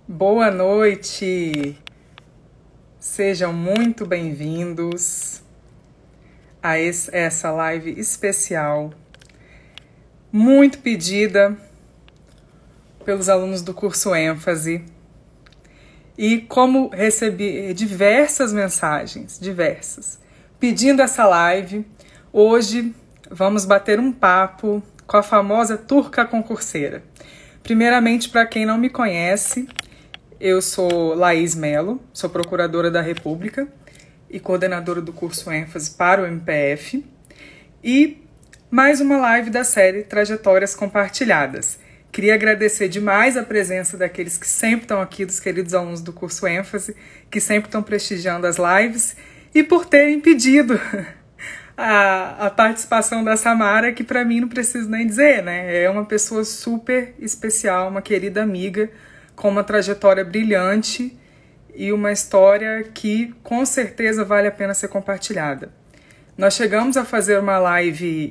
Boa noite! Sejam muito bem-vindos a essa live especial, muito pedida pelos alunos do curso ênfase. E como recebi diversas mensagens, pedindo essa live, hoje vamos bater um papo com a famosa turca concurseira. Primeiramente, para quem não me conhece, eu sou Laís Melo, sou procuradora da República e coordenadora do curso ênfase para o MPF. E mais uma live da série Trajetórias Compartilhadas. Queria agradecer demais a presença daqueles que sempre estão aqui, dos queridos alunos do curso ênfase, que sempre estão prestigiando as lives, e por terem pedido a participação da Samara, que para mim não preciso nem dizer, né? É uma pessoa super especial, uma querida amiga, com uma trajetória brilhante e uma história que com certeza vale a pena ser compartilhada. Nós chegamos a fazer uma live...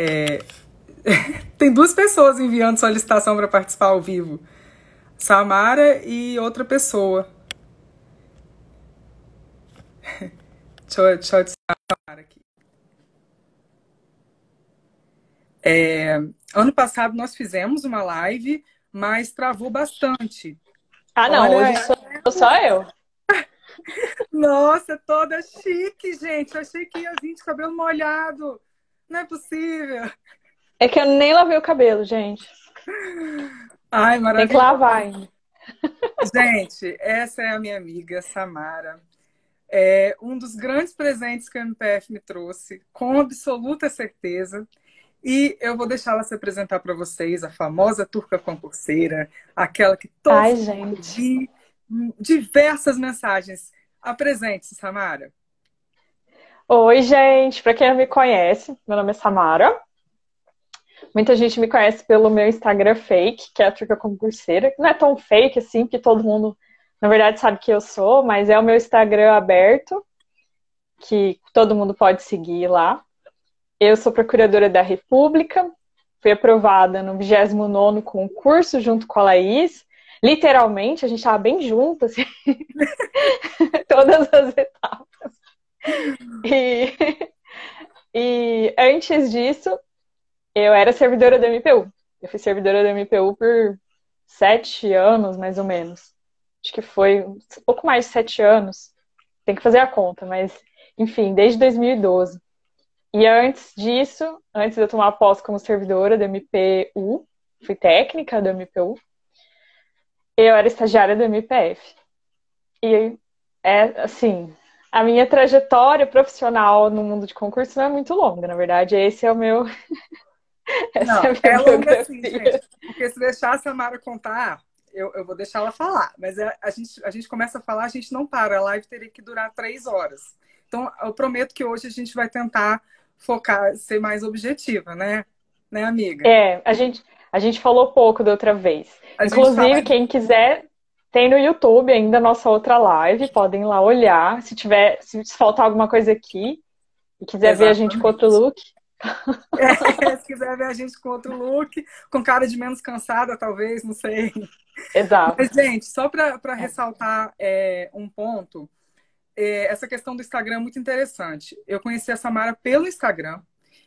Tem duas pessoas enviando solicitação para participar ao vivo. Samara e outra pessoa. Deixa eu adicionar a Samara aqui. Ano passado nós fizemos uma live, mas travou bastante. Ah, não, Olha, hoje sou só eu. Nossa, toda chique, gente. Eu achei que ia vir de cabelo molhado. Não é possível. É que eu nem lavei o cabelo, gente. Ai, Tem que maravilhoso. lavar ainda. Gente, essa é a minha amiga Samara. Um dos grandes presentes que o MPF me trouxe, com absoluta certeza. E eu vou deixar ela se apresentar para vocês, a famosa turca concurseira, aquela que Ai, todos gente. vi diversas mensagens. Apresente-se, Samara. Oi, gente. Pra quem não me conhece, meu nome é Samara. Muita gente me conhece pelo meu Instagram fake, que é a Turca Concurseira. Não é tão fake assim, que todo mundo, na verdade, sabe que eu sou, mas é o meu Instagram aberto, que todo mundo pode seguir lá. Eu sou procuradora da República, fui aprovada no 29º concurso junto com a Laís. Literalmente, a gente estava bem junto, assim, todas as etapas. E antes disso, eu era servidora da MPU. Eu fui servidora da MPU por 7 anos, mais ou menos. Acho que foi um pouco mais de 7 anos. Tem que fazer a conta, mas, enfim, desde 2012. E antes disso, antes de eu tomar posse como servidora da MPU, fui técnica da MPU, eu era estagiária da MPF. E assim, a minha trajetória profissional no mundo de concurso não é muito longa, na verdade, esse é o meu... Essa Não, é a é minha longa assim, gente. biografia. Porque se deixar a Samara contar, eu vou deixar ela falar. Mas a gente começa a falar, a gente não para. A live teria que durar 3 horas. Então, eu prometo que hoje a gente vai tentar focar, ser mais objetiva, né? Né, amiga? A gente falou pouco da outra vez. A gente fala. Inclusive, quem quiser, tem no YouTube ainda a nossa outra live, podem ir lá olhar. Se faltar alguma coisa aqui e quiser ver a gente com outro Exatamente. look. Se quiser ver a gente com outro look, com cara de menos cansada, talvez, não sei. Exato. Mas, gente, só para ressaltar um ponto, essa questão do Instagram é muito interessante. Eu conheci a Samara pelo Instagram.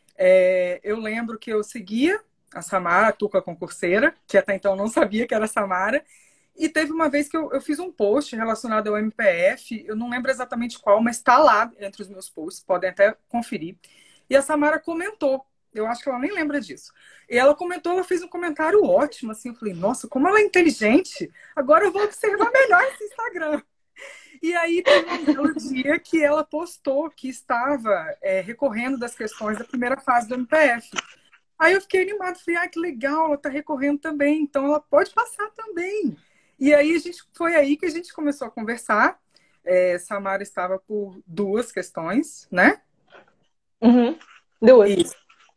Eu lembro que eu seguia a Samara, a Tuca Concurseira, que até então não sabia que era a Samara. E teve uma vez que eu fiz um post relacionado ao MPF, eu não lembro exatamente qual, mas está lá entre os meus posts, podem até conferir. E a Samara comentou, eu acho que ela nem lembra disso. E ela comentou, ela fez um comentário ótimo, assim, eu falei, nossa, como ela é inteligente, agora eu vou observar melhor esse Instagram. E aí teve um belo dia que ela postou que estava recorrendo das questões da primeira fase do MPF. Aí eu fiquei animada, falei, ah, que legal, ela está recorrendo também, então ela pode passar também. E aí foi aí que a gente começou a conversar. Samara estava por 2 questões, né? Uhum. Duas. Isso.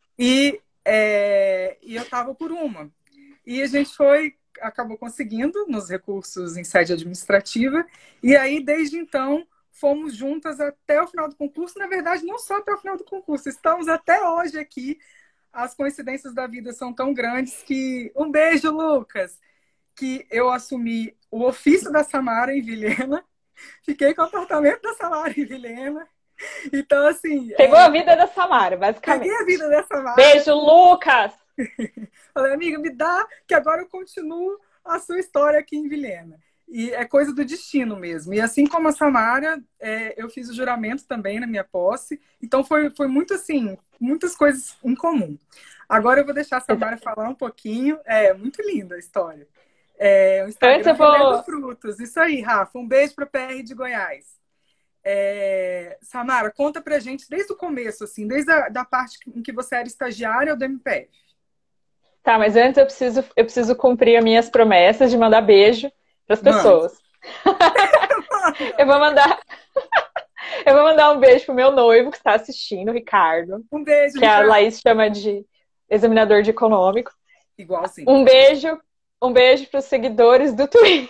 E eu estava por uma. E a gente acabou conseguindo nos recursos em sede administrativa. E aí, desde então, fomos juntas até o final do concurso. Na verdade, não só até o final do concurso, estamos até hoje aqui. As coincidências da vida são tão grandes que... Um beijo, Lucas! que eu assumi o ofício da Samara em Vilhena, fiquei com o apartamento da Samara em Vilhena. Então, assim. Pegou a vida da Samara, Peguei basicamente. a vida da Samara. Beijo, Lucas! Falei, amiga, me dá, que agora eu continuo a sua história aqui em Vilhena. E é coisa do destino mesmo. E assim como a Samara, eu fiz o juramento também na minha posse. Então foi muito assim, muitas coisas em comum. Agora eu vou deixar a Samara falar um pouquinho. É muito linda a história. O Antes Instagram eu Relendo vou. Frutos. Isso aí, Rafa. Um beijo para PR de Goiás. Samara, conta pra gente desde o começo, assim, desde a parte em que você era estagiária do MPF. Tá, mas antes eu preciso cumprir as minhas promessas de mandar beijo para as Mano. pessoas. Eu vou mandar. Eu vou mandar um beijo pro meu noivo que está assistindo, o Ricardo, Um beijo, que a Ricardo. Laís chama de examinador de econômico. Igualzinho. Um beijo para os seguidores do Twitter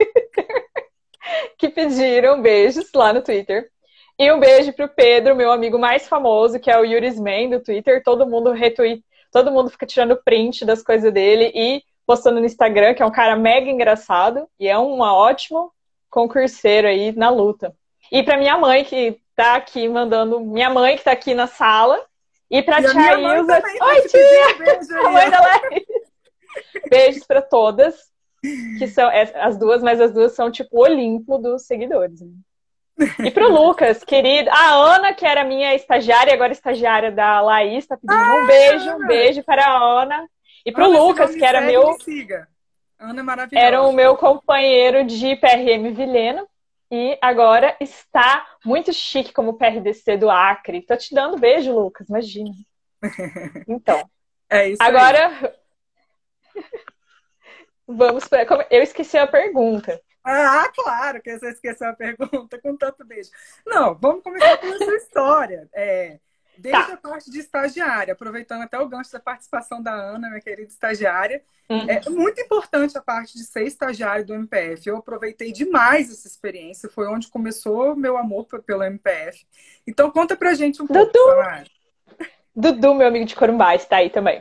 que pediram beijos lá no Twitter. E um beijo pro Pedro, meu amigo mais famoso, que é o Yurisman do Twitter. Todo mundo retweet, todo mundo fica tirando print das coisas dele e postando no Instagram, que é um cara mega engraçado e é um ótimo concurseiro aí na luta. E pra minha mãe, que tá aqui mandando. Minha mãe, que tá aqui na sala. E pra E a tia minha mãe Ilza. também Oi, te tia! pediu um beijo A mãe aí. da Laís. Beijos pra todas. Que são as duas, mas as duas são tipo o Olimpo dos seguidores. Né? E pro Lucas, querido. A Ana, que era minha estagiária, agora estagiária da Laís, tá pedindo um beijo para a Ana. E pro Ana, Lucas, que era meu. Me siga. Ana é maravilhosa. Era o meu companheiro de PRM Vilhena. E agora está muito chique como PRDC do Acre. Tô te dando beijo, Lucas, imagina. Então. É isso agora, aí. Vamos para. Eu esqueci a pergunta. Ah, claro que você esqueceu a pergunta com tanto beijo. Não, vamos começar com a sua história. Desde a parte de estagiária, aproveitando até o gancho da participação da Ana, minha querida estagiária. É muito importante a parte de ser estagiário do MPF. Eu aproveitei demais essa experiência. Foi onde começou meu amor pelo MPF. Então, conta pra gente um pouco, Samara. Dudu, meu amigo de Corumbá, está aí também.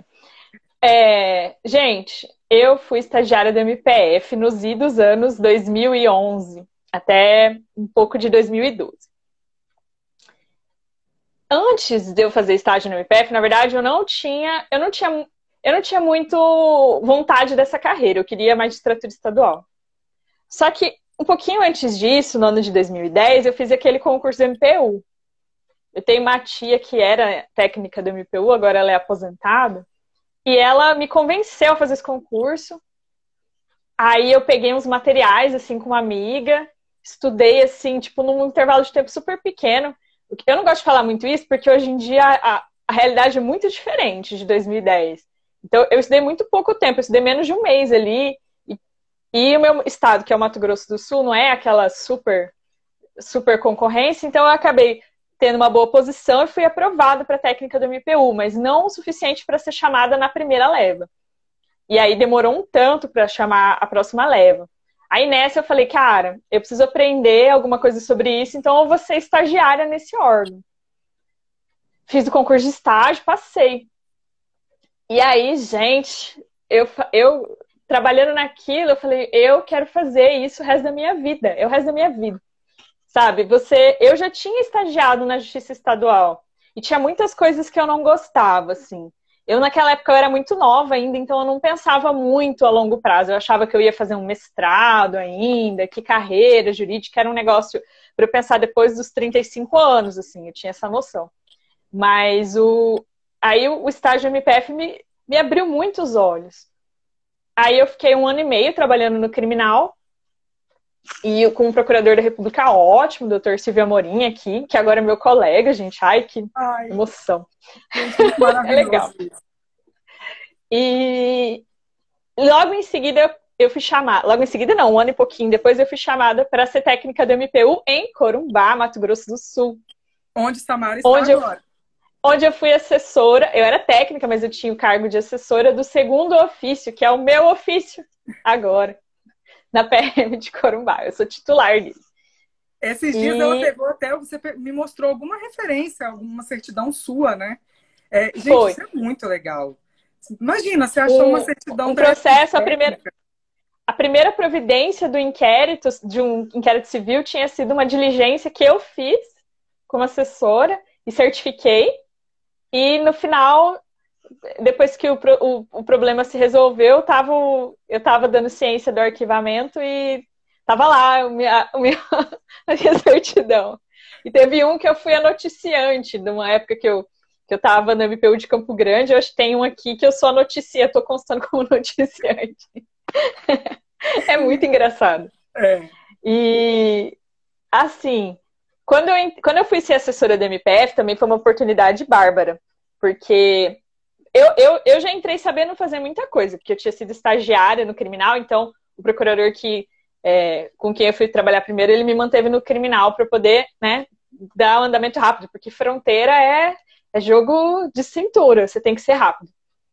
Gente, eu fui estagiária do MPF nos idos anos 2011 até um pouco de 2012. Antes de eu fazer estágio no MPF, na verdade, eu não tinha muito vontade dessa carreira. Eu queria magistratura estadual. Só que um pouquinho antes disso, no ano de 2010, eu fiz aquele concurso do MPU. Eu tenho uma tia que era técnica do MPU, agora ela é aposentada. E ela me convenceu a fazer esse concurso. Aí eu peguei uns materiais, assim, com uma amiga. Estudei, assim, tipo, num intervalo de tempo super pequeno. Eu não gosto de falar muito isso, porque hoje em dia a realidade é muito diferente de 2010. Então, eu estudei muito pouco tempo. Eu estudei menos de um mês ali. E o meu estado, que é o Mato Grosso do Sul, não é aquela super concorrência. Então, eu acabei tendo uma boa posição e fui aprovada para a técnica do MPU, mas não o suficiente para ser chamada na primeira leva. E aí demorou um tanto para chamar a próxima leva. Aí nessa eu falei, cara, eu preciso aprender alguma coisa sobre isso, então eu vou ser estagiária nesse órgão. Fiz o concurso de estágio, passei. E aí, gente, eu trabalhando naquilo, eu falei, eu quero fazer isso o resto da minha vida. É o resto da minha vida. Sabe, eu já tinha estagiado na Justiça Estadual e tinha muitas coisas que eu não gostava, assim. Eu, naquela época, eu era muito nova ainda, então eu não pensava muito a longo prazo. Eu achava que eu ia fazer um mestrado ainda, que carreira jurídica era um negócio para eu pensar depois dos 35 anos, assim, eu tinha essa noção. Mas aí o estágio MPF me abriu muito os olhos. Aí eu fiquei 1 ano e meio trabalhando no criminal, e com um procurador da República ótimo, o doutor Silvio Amorim aqui, que agora é meu colega, gente. Ai, que emoção. Gente, muito maravilhoso. É legal. E logo em seguida eu fui chamada, logo em seguida não, 1 ano e pouquinho depois eu fui chamada para ser técnica do MPU em Corumbá, Mato Grosso do Sul. Onde Samara está agora. Onde eu fui assessora, eu era técnica, mas eu tinha o cargo de assessora do segundo ofício, que é o meu ofício agora. Na PM de Corumbá. Eu sou titular disso. Esses dias ela pegou até, você me mostrou alguma referência, alguma certidão sua, né? Gente, isso é muito legal. Imagina, você achou uma certidão processo, a primeira providência do inquérito, de um inquérito civil, tinha sido uma diligência que eu fiz como assessora e certifiquei. E no final, depois que o problema se resolveu, eu estava dando ciência do arquivamento e estava lá a minha certidão. E teve um que eu fui a noticiante, de uma época que eu estava na MPU de Campo Grande. Eu acho que tem um aqui que eu sou a noticia, estou constando como noticiante. É muito engraçado. E, assim, quando eu fui ser assessora da MPF, também foi uma oportunidade bárbara, porque eu já entrei sabendo fazer muita coisa, porque eu tinha sido estagiária no criminal, então o procurador com quem eu fui trabalhar primeiro, ele me manteve no criminal para poder, né, dar um andamento rápido, porque fronteira é jogo de cintura, você tem que ser rápido.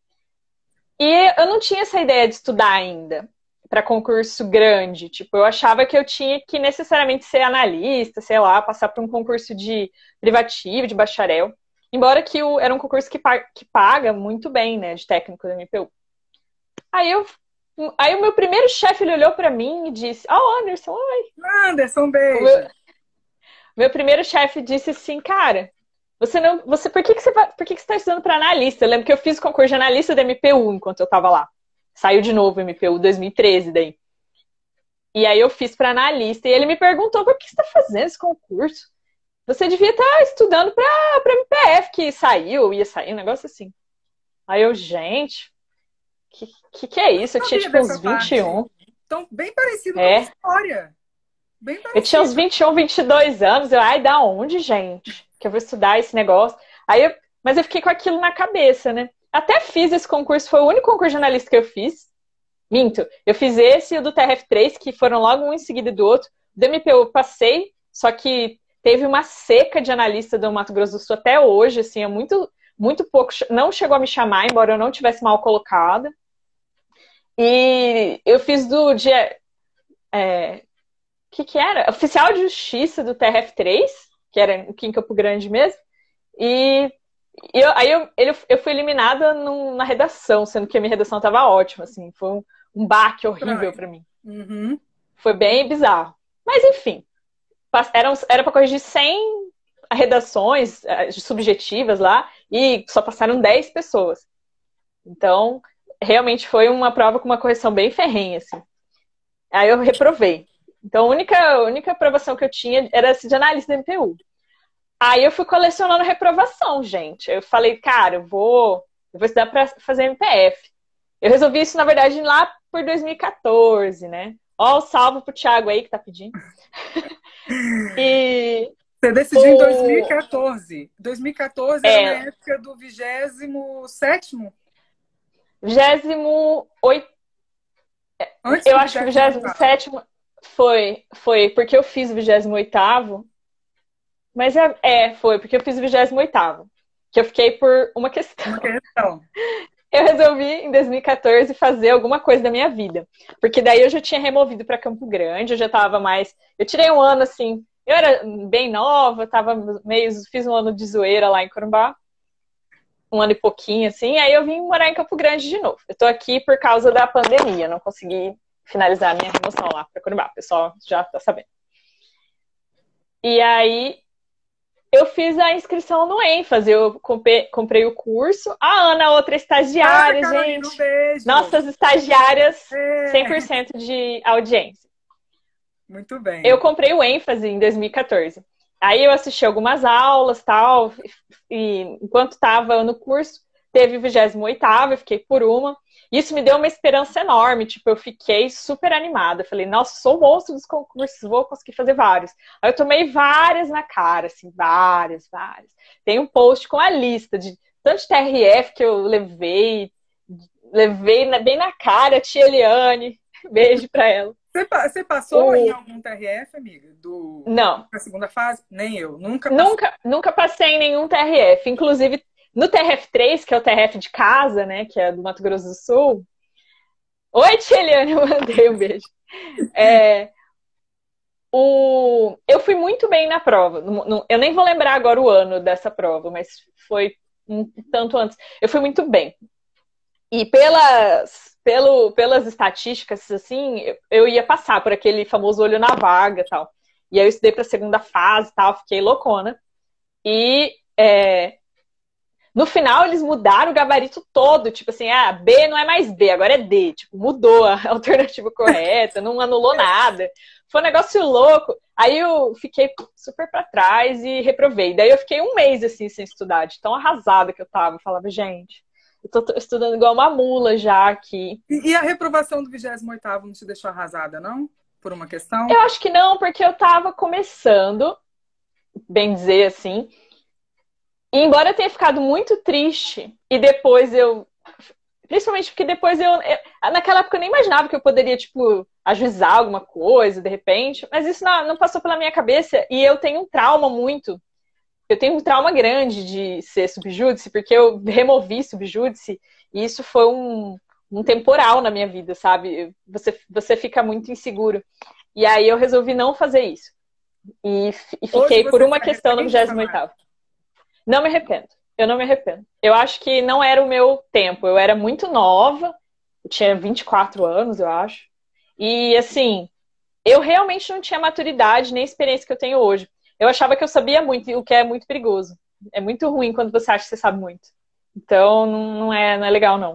E eu não tinha essa ideia de estudar ainda para concurso grande. Tipo, eu achava que eu tinha que necessariamente ser analista, sei lá, passar por um concurso de privativo, de bacharel. Embora que era um concurso que paga muito bem, né, de técnico da MPU. Aí o meu primeiro chefe, ele olhou para mim e disse: Anderson, oi. Anderson, beijo. Meu primeiro chefe disse assim: cara, por que você está estudando para analista? Eu lembro que eu fiz o concurso de analista da MPU enquanto eu estava lá. Saiu de novo o MPU 2013 daí. E aí eu fiz para analista e ele me perguntou: por que você está fazendo esse concurso? Você devia estar estudando para MPF, que ia sair, um negócio assim. Aí eu, gente, que é isso? Eu tinha tipo uns 21. Então, bem parecido com a história. Bem parecido. Eu tinha uns 21, 22 anos. Da onde, gente? Que eu vou estudar esse negócio. Mas eu fiquei com aquilo na cabeça, né? Até fiz esse concurso, foi o único concurso de analista que eu fiz. Minto. Eu fiz esse e o do TRF3, que foram logo um em seguida do outro. Do MPU eu passei, só que teve uma seca de analista do Mato Grosso do Sul até hoje, assim, é muito, muito pouco. Não chegou a me chamar, embora eu não tivesse mal colocada. E eu fiz do dia... que era? Oficial de Justiça do TRF3, que era aqui em Campo Grande mesmo. E eu fui eliminada na redação, sendo que a minha redação estava ótima, assim. Foi um baque horrível para mim. Uhum. Foi bem bizarro. Mas, enfim, era para corrigir 100 redações subjetivas lá e só passaram 10 pessoas. Então, realmente foi uma prova com uma correção bem ferrenha, assim. Aí eu reprovei. Então, a única aprovação que eu tinha era essa de analista da MPU. Aí eu fui colecionando reprovação, gente. Eu falei, cara, eu vou estudar para fazer MPF. Eu resolvi isso, na verdade, lá por 2014, né? Ó, salve pro Thiago aí que tá pedindo. E você decidiu em 2014. 2014 era na época do 27º? 28º. Eu acho que o 27º foi porque eu fiz o 28º. Mas foi porque eu fiz o 28º. Que eu fiquei por uma questão. Eu resolvi, em 2014, fazer alguma coisa da minha vida. Porque daí eu já tinha removido para Campo Grande, eu já estava mais... Eu tirei um ano, assim... Eu era bem nova, fiz um ano de zoeira lá em Corumbá. Um ano e pouquinho, assim. Aí eu vim morar em Campo Grande de novo. Eu tô aqui por causa da pandemia. Não consegui finalizar a minha remoção lá para Corumbá. O pessoal já tá sabendo. E aí... eu fiz a inscrição no ênfase, eu comprei o curso. A Ana, outra estagiária, Carolina, gente. Um beijo. Nossas estagiárias, 100% de audiência. Muito bem. Eu comprei o ênfase em 2014. Aí eu assisti algumas aulas, tal, e enquanto estava no curso, teve o 28º, eu fiquei por uma. Isso me deu uma esperança enorme, tipo, eu fiquei super animada. Eu falei, nossa, sou o monstro dos concursos, vou conseguir fazer vários. Aí eu tomei várias na cara, assim, várias. Tem um post com a lista de tanto TRF que eu levei bem na cara, a tia Eliane, beijo pra ela. Você passou em algum TRF, amiga? Não. Na segunda fase? Nem eu, nunca passei em nenhum TRF, inclusive... No TRF3, que é o TRF de casa, né, que é do Mato Grosso do Sul. Oi, tia Eliane, eu mandei um beijo. Eu fui muito bem na prova. Eu nem vou lembrar agora o ano dessa prova, mas foi um tanto antes. Eu fui muito bem. E pelas pelas estatísticas, assim, eu ia passar por aquele famoso olho na vaga e tal. E aí eu estudei pra segunda fase e tal, fiquei loucona. E no final eles mudaram o gabarito todo, tipo assim, B não é mais B, agora é D. Tipo, mudou a alternativa correta, não anulou nada. Foi um negócio louco. Aí eu fiquei super pra trás e reprovei. Daí eu fiquei um mês, assim, sem estudar, de tão arrasada que eu tava. Eu falava, gente, eu tô estudando igual uma mula já aqui. E a reprovação do 28º não te deixou arrasada, não? Por uma questão? Eu acho que não, porque eu tava começando, bem dizer assim, e embora eu tenha ficado muito triste, e depois eu. Principalmente porque depois naquela época eu nem imaginava que eu poderia, tipo, ajuizar alguma coisa, de repente. Mas isso não passou pela minha cabeça. E eu tenho um trauma muito. Eu tenho um trauma grande de ser subjúdice, porque eu removi subjúdice. E isso foi um temporal na minha vida, sabe? Você fica muito inseguro. E aí eu resolvi não fazer isso. E fiquei por uma questão no 28º. Não me arrependo. Eu não me arrependo. Eu acho que não era o meu tempo. Eu era muito nova. Eu tinha 24 anos, eu acho. E, assim, eu realmente não tinha maturidade nem experiência que eu tenho hoje. Eu achava que eu sabia muito, o que é muito perigoso. É muito ruim quando você acha que você sabe muito. Então, não é legal, não.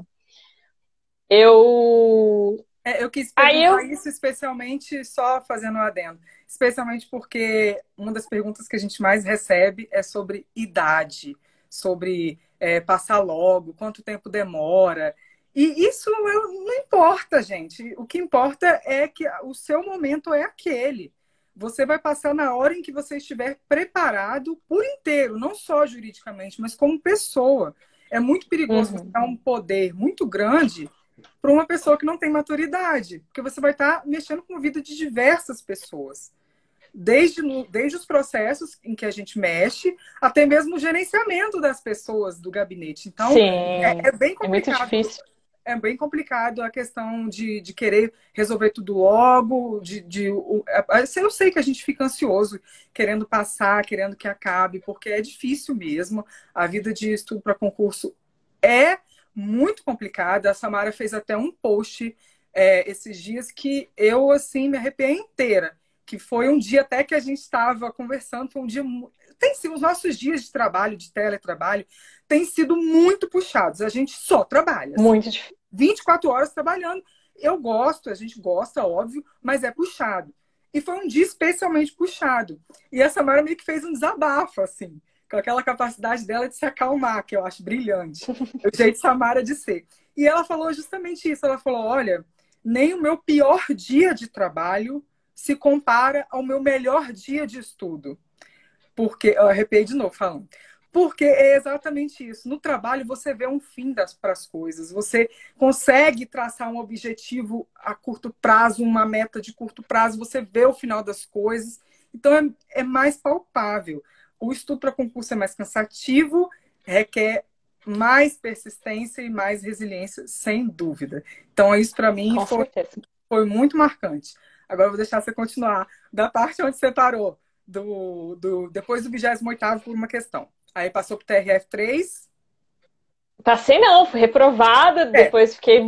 Eu quis perguntar isso especialmente, só fazendo um adendo. Especialmente porque uma das perguntas que a gente mais recebe é sobre idade, sobre passar logo, quanto tempo demora. E isso não importa, gente. O que importa é que o seu momento é aquele. Você vai passar na hora em que você estiver preparado por inteiro, não só juridicamente, mas como pessoa. É muito perigoso você dar um poder muito grande para uma pessoa que não tem maturidade, porque você vai estar mexendo com a vida de diversas pessoas. Desde os processos em que a gente mexe, até mesmo o gerenciamento das pessoas do gabinete. Então, sim, é bem complicado. É muito difícil. É bem complicado a questão de querer resolver tudo logo. Eu sei que a gente fica ansioso, querendo passar, querendo que acabe, porque é difícil mesmo. A vida de estudo para concurso é muito complicada. A Samara fez até um post esses dias que eu, assim, me arrepiei inteira. Que foi um dia até que a gente estava conversando, foi um dia... Tem sido, os nossos dias de trabalho, de teletrabalho, têm sido muito puxados. A gente só trabalha. Assim, muito difícil. 24 horas trabalhando. Eu gosto, a gente gosta, óbvio, mas é puxado. E foi um dia especialmente puxado. E a Samara meio que fez um desabafo, assim, com aquela capacidade dela de se acalmar, que eu acho brilhante. O jeito Samara de ser. E ela falou justamente isso. Ela falou, olha, nem o meu pior dia de trabalho se compara ao meu melhor dia de estudo. Porque, eu arrepiei de novo falando. Porque é exatamente isso. No trabalho, você vê um fim para as coisas. Você consegue traçar um objetivo a curto prazo, uma meta de curto prazo. Você vê o final das coisas. Então, é mais palpável. O estudo para concurso é mais cansativo, requer mais persistência e mais resiliência, sem dúvida. Então, isso para mim foi muito marcante. Agora eu vou deixar você continuar da parte onde você parou, depois do 28º por uma questão. Aí passou pro TRF3. Passei não, fui reprovada, depois fiquei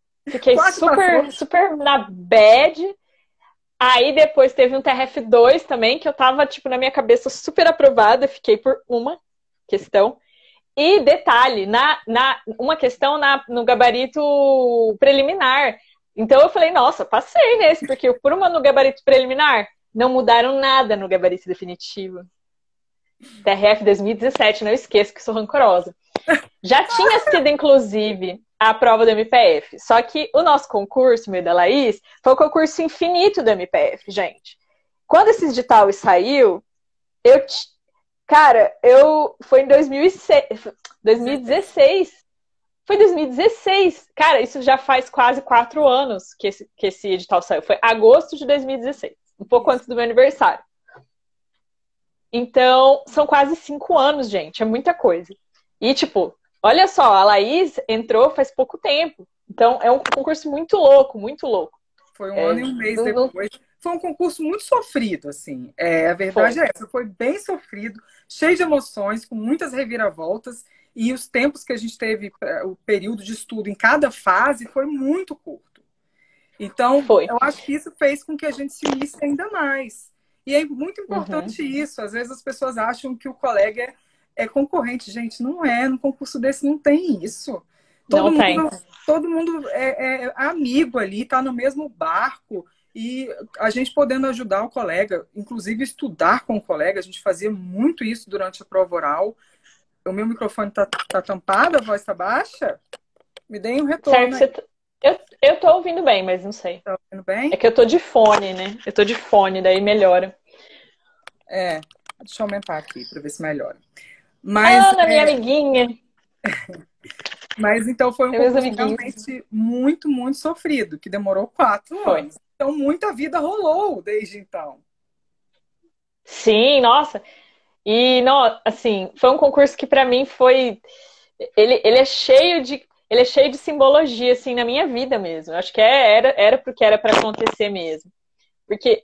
super na bad. Aí depois teve um TRF2 também, que eu tava, tipo, na minha cabeça super aprovada, fiquei por uma questão. E detalhe, uma questão no gabarito preliminar. Então eu falei, nossa, passei nesse, porque por uma no gabarito preliminar, não mudaram nada no gabarito definitivo. TRF 2017, não esqueço que sou rancorosa. Já tinha sido, inclusive, a prova do MPF. Só que o nosso concurso, meu da Laís, foi o concurso infinito do MPF, gente. Quando esse edital saiu, foi em 2016. Foi 2016. Cara, isso já faz quase 4 anos que esse edital saiu. Foi agosto de 2016. Um pouco antes do meu aniversário. Então, são quase 5 anos, gente. É muita coisa. E, tipo, olha só, a Laís entrou faz pouco tempo. Então, é um concurso muito louco, muito louco. Foi 1 ano e 1 mês depois. Foi um concurso muito sofrido, assim. A verdade é essa. Foi bem sofrido, cheio de emoções, com muitas reviravoltas. E os tempos que a gente teve, o período de estudo em cada fase foi muito curto. Então, Foi. eu acho que isso fez com que a gente se unisse ainda mais. E é muito Uhum. importante isso. Às vezes as pessoas acham que o colega é concorrente. Gente, não é. No concurso desse não tem isso. Todo Não tem. mundo, todo mundo é amigo ali, está no mesmo barco. E a gente podendo ajudar o colega, inclusive estudar com o colega, a gente fazia muito isso durante a prova oral. O meu microfone tá tampado, a voz está baixa? Me deem um Certo, retorno aí. eu tô ouvindo bem, mas não sei. Tá ouvindo bem? É que eu tô de fone, né? Eu tô de fone, daí melhora. Deixa eu aumentar aqui para ver se melhora. Mas, Ana, minha amiguinha. mas então foi um Meus concurso amiguinhos. realmente muito, muito sofrido, que demorou 4 anos. Foi. Então, muita vida rolou desde então. Sim, nossa. E, não, assim, foi um concurso que pra mim foi. Ele é cheio de simbologia, assim, na minha vida mesmo. Eu acho que era porque era para acontecer mesmo. Porque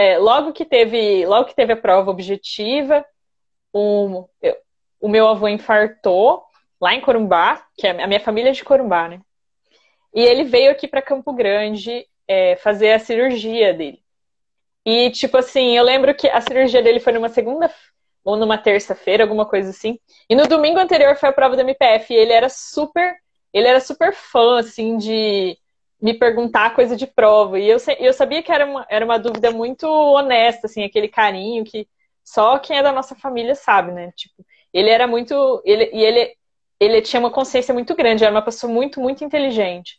logo que teve a prova objetiva, o, o meu avô infartou lá em Corumbá, que a minha família é de Corumbá, né? E ele veio aqui para Campo Grande fazer a cirurgia dele. E, tipo assim, eu lembro que a cirurgia dele foi numa segunda ou numa terça-feira, alguma coisa assim. E no domingo anterior foi a prova do MPF. E ele era super fã, assim, de me perguntar coisa de prova. E eu sabia que era uma dúvida muito honesta, assim, aquele carinho que só quem é da nossa família sabe, né? Tipo, ele era muito. Ele tinha uma consciência muito grande, era uma pessoa muito, muito inteligente.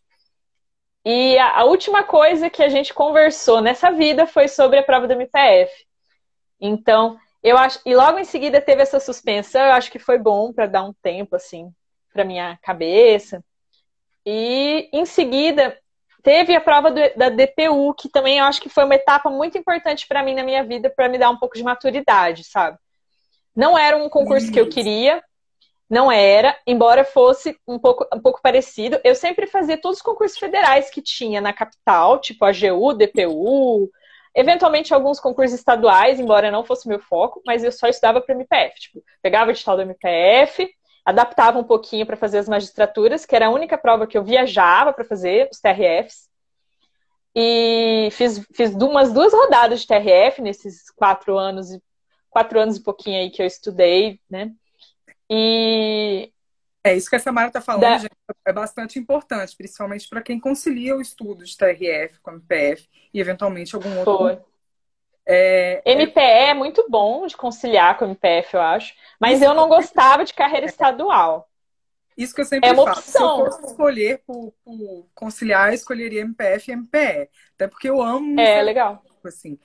E a última coisa que a gente conversou nessa vida foi sobre a prova do MPF. Então, eu acho. E logo em seguida teve essa suspensão, eu acho que foi bom para dar um tempo, assim, para minha cabeça. E em seguida teve a prova da DPU, que também eu acho que foi uma etapa muito importante para mim na minha vida, para me dar um pouco de maturidade, sabe? Não era um concurso que eu Isso. queria, não era, embora fosse um pouco parecido. Eu sempre fazia todos os concursos federais que tinha na capital, tipo AGU, DPU, eventualmente alguns concursos estaduais, embora não fosse meu foco, mas eu só estudava para MPF. Tipo, pegava o edital do MPF, adaptava um pouquinho para fazer as magistraturas, que era a única prova que eu viajava para fazer, os TRFs. E fiz umas 2 rodadas de TRF nesses 4 anos e pouquinho aí que eu estudei, né? E É isso que a Samara está falando, da, gente, é bastante importante, principalmente para quem concilia o estudo de TRF com MPF e, eventualmente, algum outro foi. concurso. É MPE é muito bom de conciliar com o MPF, eu acho, mas isso, eu não gostava de carreira estadual. isso que eu É sempre uma falo. Se eu opção. fosse escolher por conciliar, eu escolheria MPF e MPE. Até porque eu amo me É formar, legal. assim.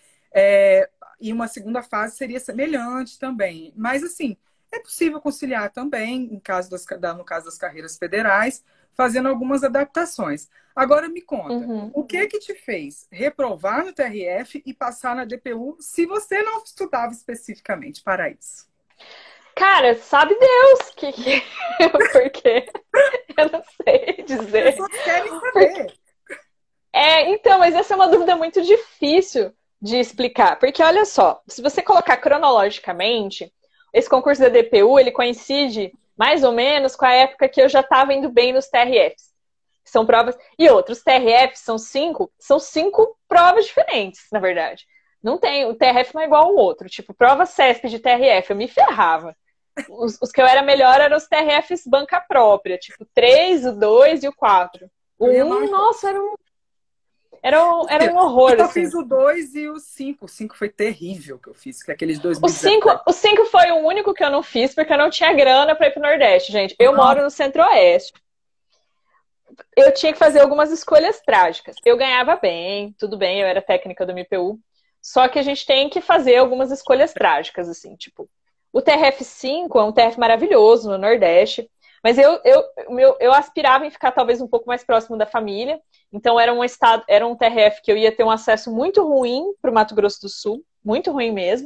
E uma segunda fase seria semelhante também. Mas, assim, é possível conciliar também, no caso das carreiras federais, fazendo algumas adaptações. Agora me conta, Uhum. o que te fez reprovar no TRF e passar na DPU se você não estudava especificamente para isso? Cara, sabe Deus porque eu não sei As dizer. pessoas querem Porque... saber. Então, mas essa é uma dúvida muito difícil de explicar. Porque olha só, se você colocar cronologicamente, esse concurso da DPU, ele coincide mais ou menos com a época que eu já estava indo bem nos TRFs. São provas. E outros, TRFs são cinco provas diferentes, na verdade. Não tem, o TRF não é igual ao outro. Tipo, prova CESP de TRF, eu me ferrava. Os que eu era melhor eram os TRFs banca própria, tipo 3, o 2 e o 4. O Eu ia mal 1, em nossa, todos. era um Eu horror, só assim. fiz o 2 e o 5. O 5 foi terrível que eu fiz, que é aqueles O 5, 2017. o 5 foi o único que eu não fiz, porque eu não tinha grana pra ir pro Nordeste, gente. Eu moro Nossa, no Centro-Oeste. Eu tinha que fazer algumas escolhas trágicas. Eu ganhava bem, tudo bem, eu era técnica do MPU. Só que a gente tem que fazer algumas escolhas trágicas, assim, tipo, o TRF-5 é um TRF maravilhoso no Nordeste, mas eu aspirava em ficar talvez um pouco mais próximo da família. Então era um TRF que eu ia ter um acesso muito ruim para o Mato Grosso do Sul, muito ruim mesmo.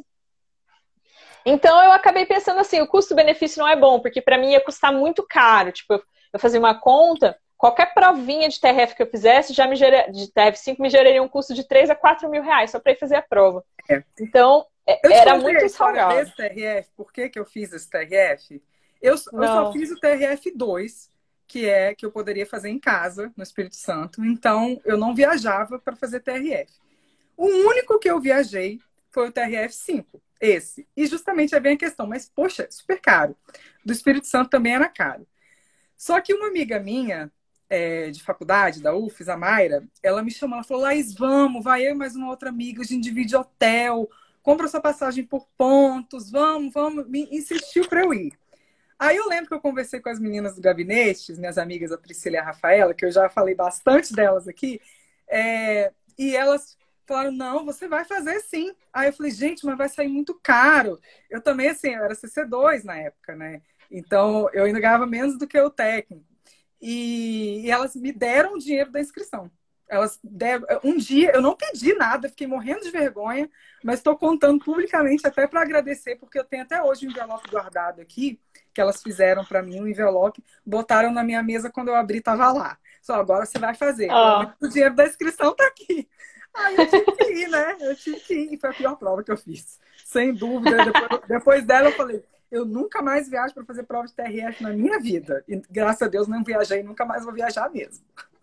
Então eu acabei pensando assim, o custo-benefício não é bom, porque para mim ia custar muito caro. Tipo, eu fazia uma conta, qualquer provinha de TRF que eu fizesse, de TRF5 me geraria um custo de 3 a 4 mil reais só para ir fazer a prova. é. Então, Eu te era contei a muito história salgado. desse TRF, por que eu fiz esse TRF? Eu só Não. fiz o TRF2, que eu poderia fazer em casa, no Espírito Santo. Então, eu não viajava para fazer TRF. O único que eu viajei foi o TRF5, esse. E justamente é bem a questão, mas, poxa, é super caro. Do Espírito Santo também era caro. Só que uma amiga minha, de faculdade, da UFES, a Mayra, ela me chamou, ela falou, Laís, vamos, vai eu e mais uma outra amiga, a gente divide hotel, compra sua passagem por pontos, vamos, me insistiu para eu ir. Aí eu lembro que eu conversei com as meninas do gabinete, minhas amigas, a Priscila e a Rafaela, que eu já falei bastante delas aqui, e elas falaram, não, você vai fazer sim. Aí eu falei, gente, mas vai sair muito caro. Eu também, assim, eu era CC2 na época, né? Então, eu ainda ganhava menos do que o técnico. E elas me deram o dinheiro da inscrição. Elas deram, um dia, eu não pedi nada, fiquei morrendo de vergonha, mas estou contando publicamente até para agradecer, porque eu tenho até hoje um envelope guardado aqui, que elas fizeram para mim, um envelope, botaram na minha mesa quando eu abri, estava lá. Só agora você vai fazer. Pelo menos o dinheiro da inscrição está aqui. Aí eu tive que ir, né? Eu tive que ir. E foi a pior prova que eu fiz. Sem dúvida. Depois dela, eu falei, eu nunca mais viajo para fazer prova de TRF na minha vida. E graças a Deus não viajei, nunca mais vou viajar mesmo.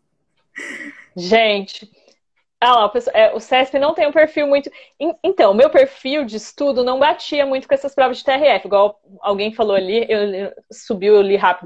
Gente, lá, o CESP não tem um perfil muito. Então, meu perfil de estudo não batia muito com essas provas de TRF, igual alguém falou ali, subiu, eu li rápido.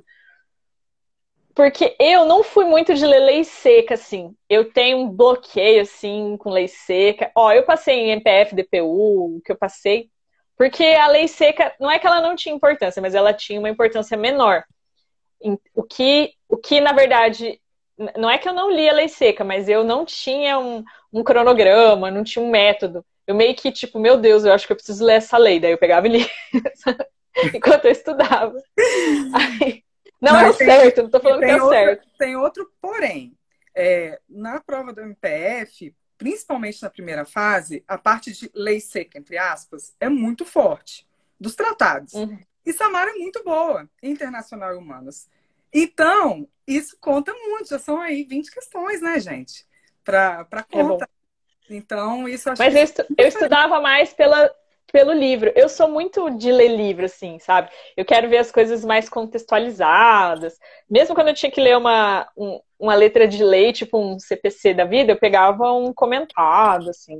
Porque eu não fui muito de ler lei seca, assim. Eu tenho um bloqueio, assim, com lei seca. Ó, eu passei em MPF, DPU, o que eu passei. Porque a lei seca, não é que ela não tinha importância, mas ela tinha uma importância menor. O que na verdade, não é que eu não li a lei seca, mas eu não tinha um cronograma, não tinha um método. Eu meio que, tipo, meu Deus, eu acho que eu preciso ler essa lei. Daí eu pegava e lia enquanto eu estudava. Aí, não deu certo, não tô falando que deu certo. Tem outro porém. Na prova do MPF, principalmente na primeira fase, a parte de lei seca, entre aspas, é muito forte, dos tratados. Uhum. E Samara é muito boa, internacional e humanas. Então, isso conta muito, já são aí 20 questões, né, gente? Para conta. Então, isso acho Mas que... eu estudava mais pelo livro. Eu sou muito de ler livro, assim, sabe? Eu quero ver as coisas mais contextualizadas. Mesmo quando eu tinha que ler uma letra de lei, tipo um CPC da vida, eu pegava um comentado, assim.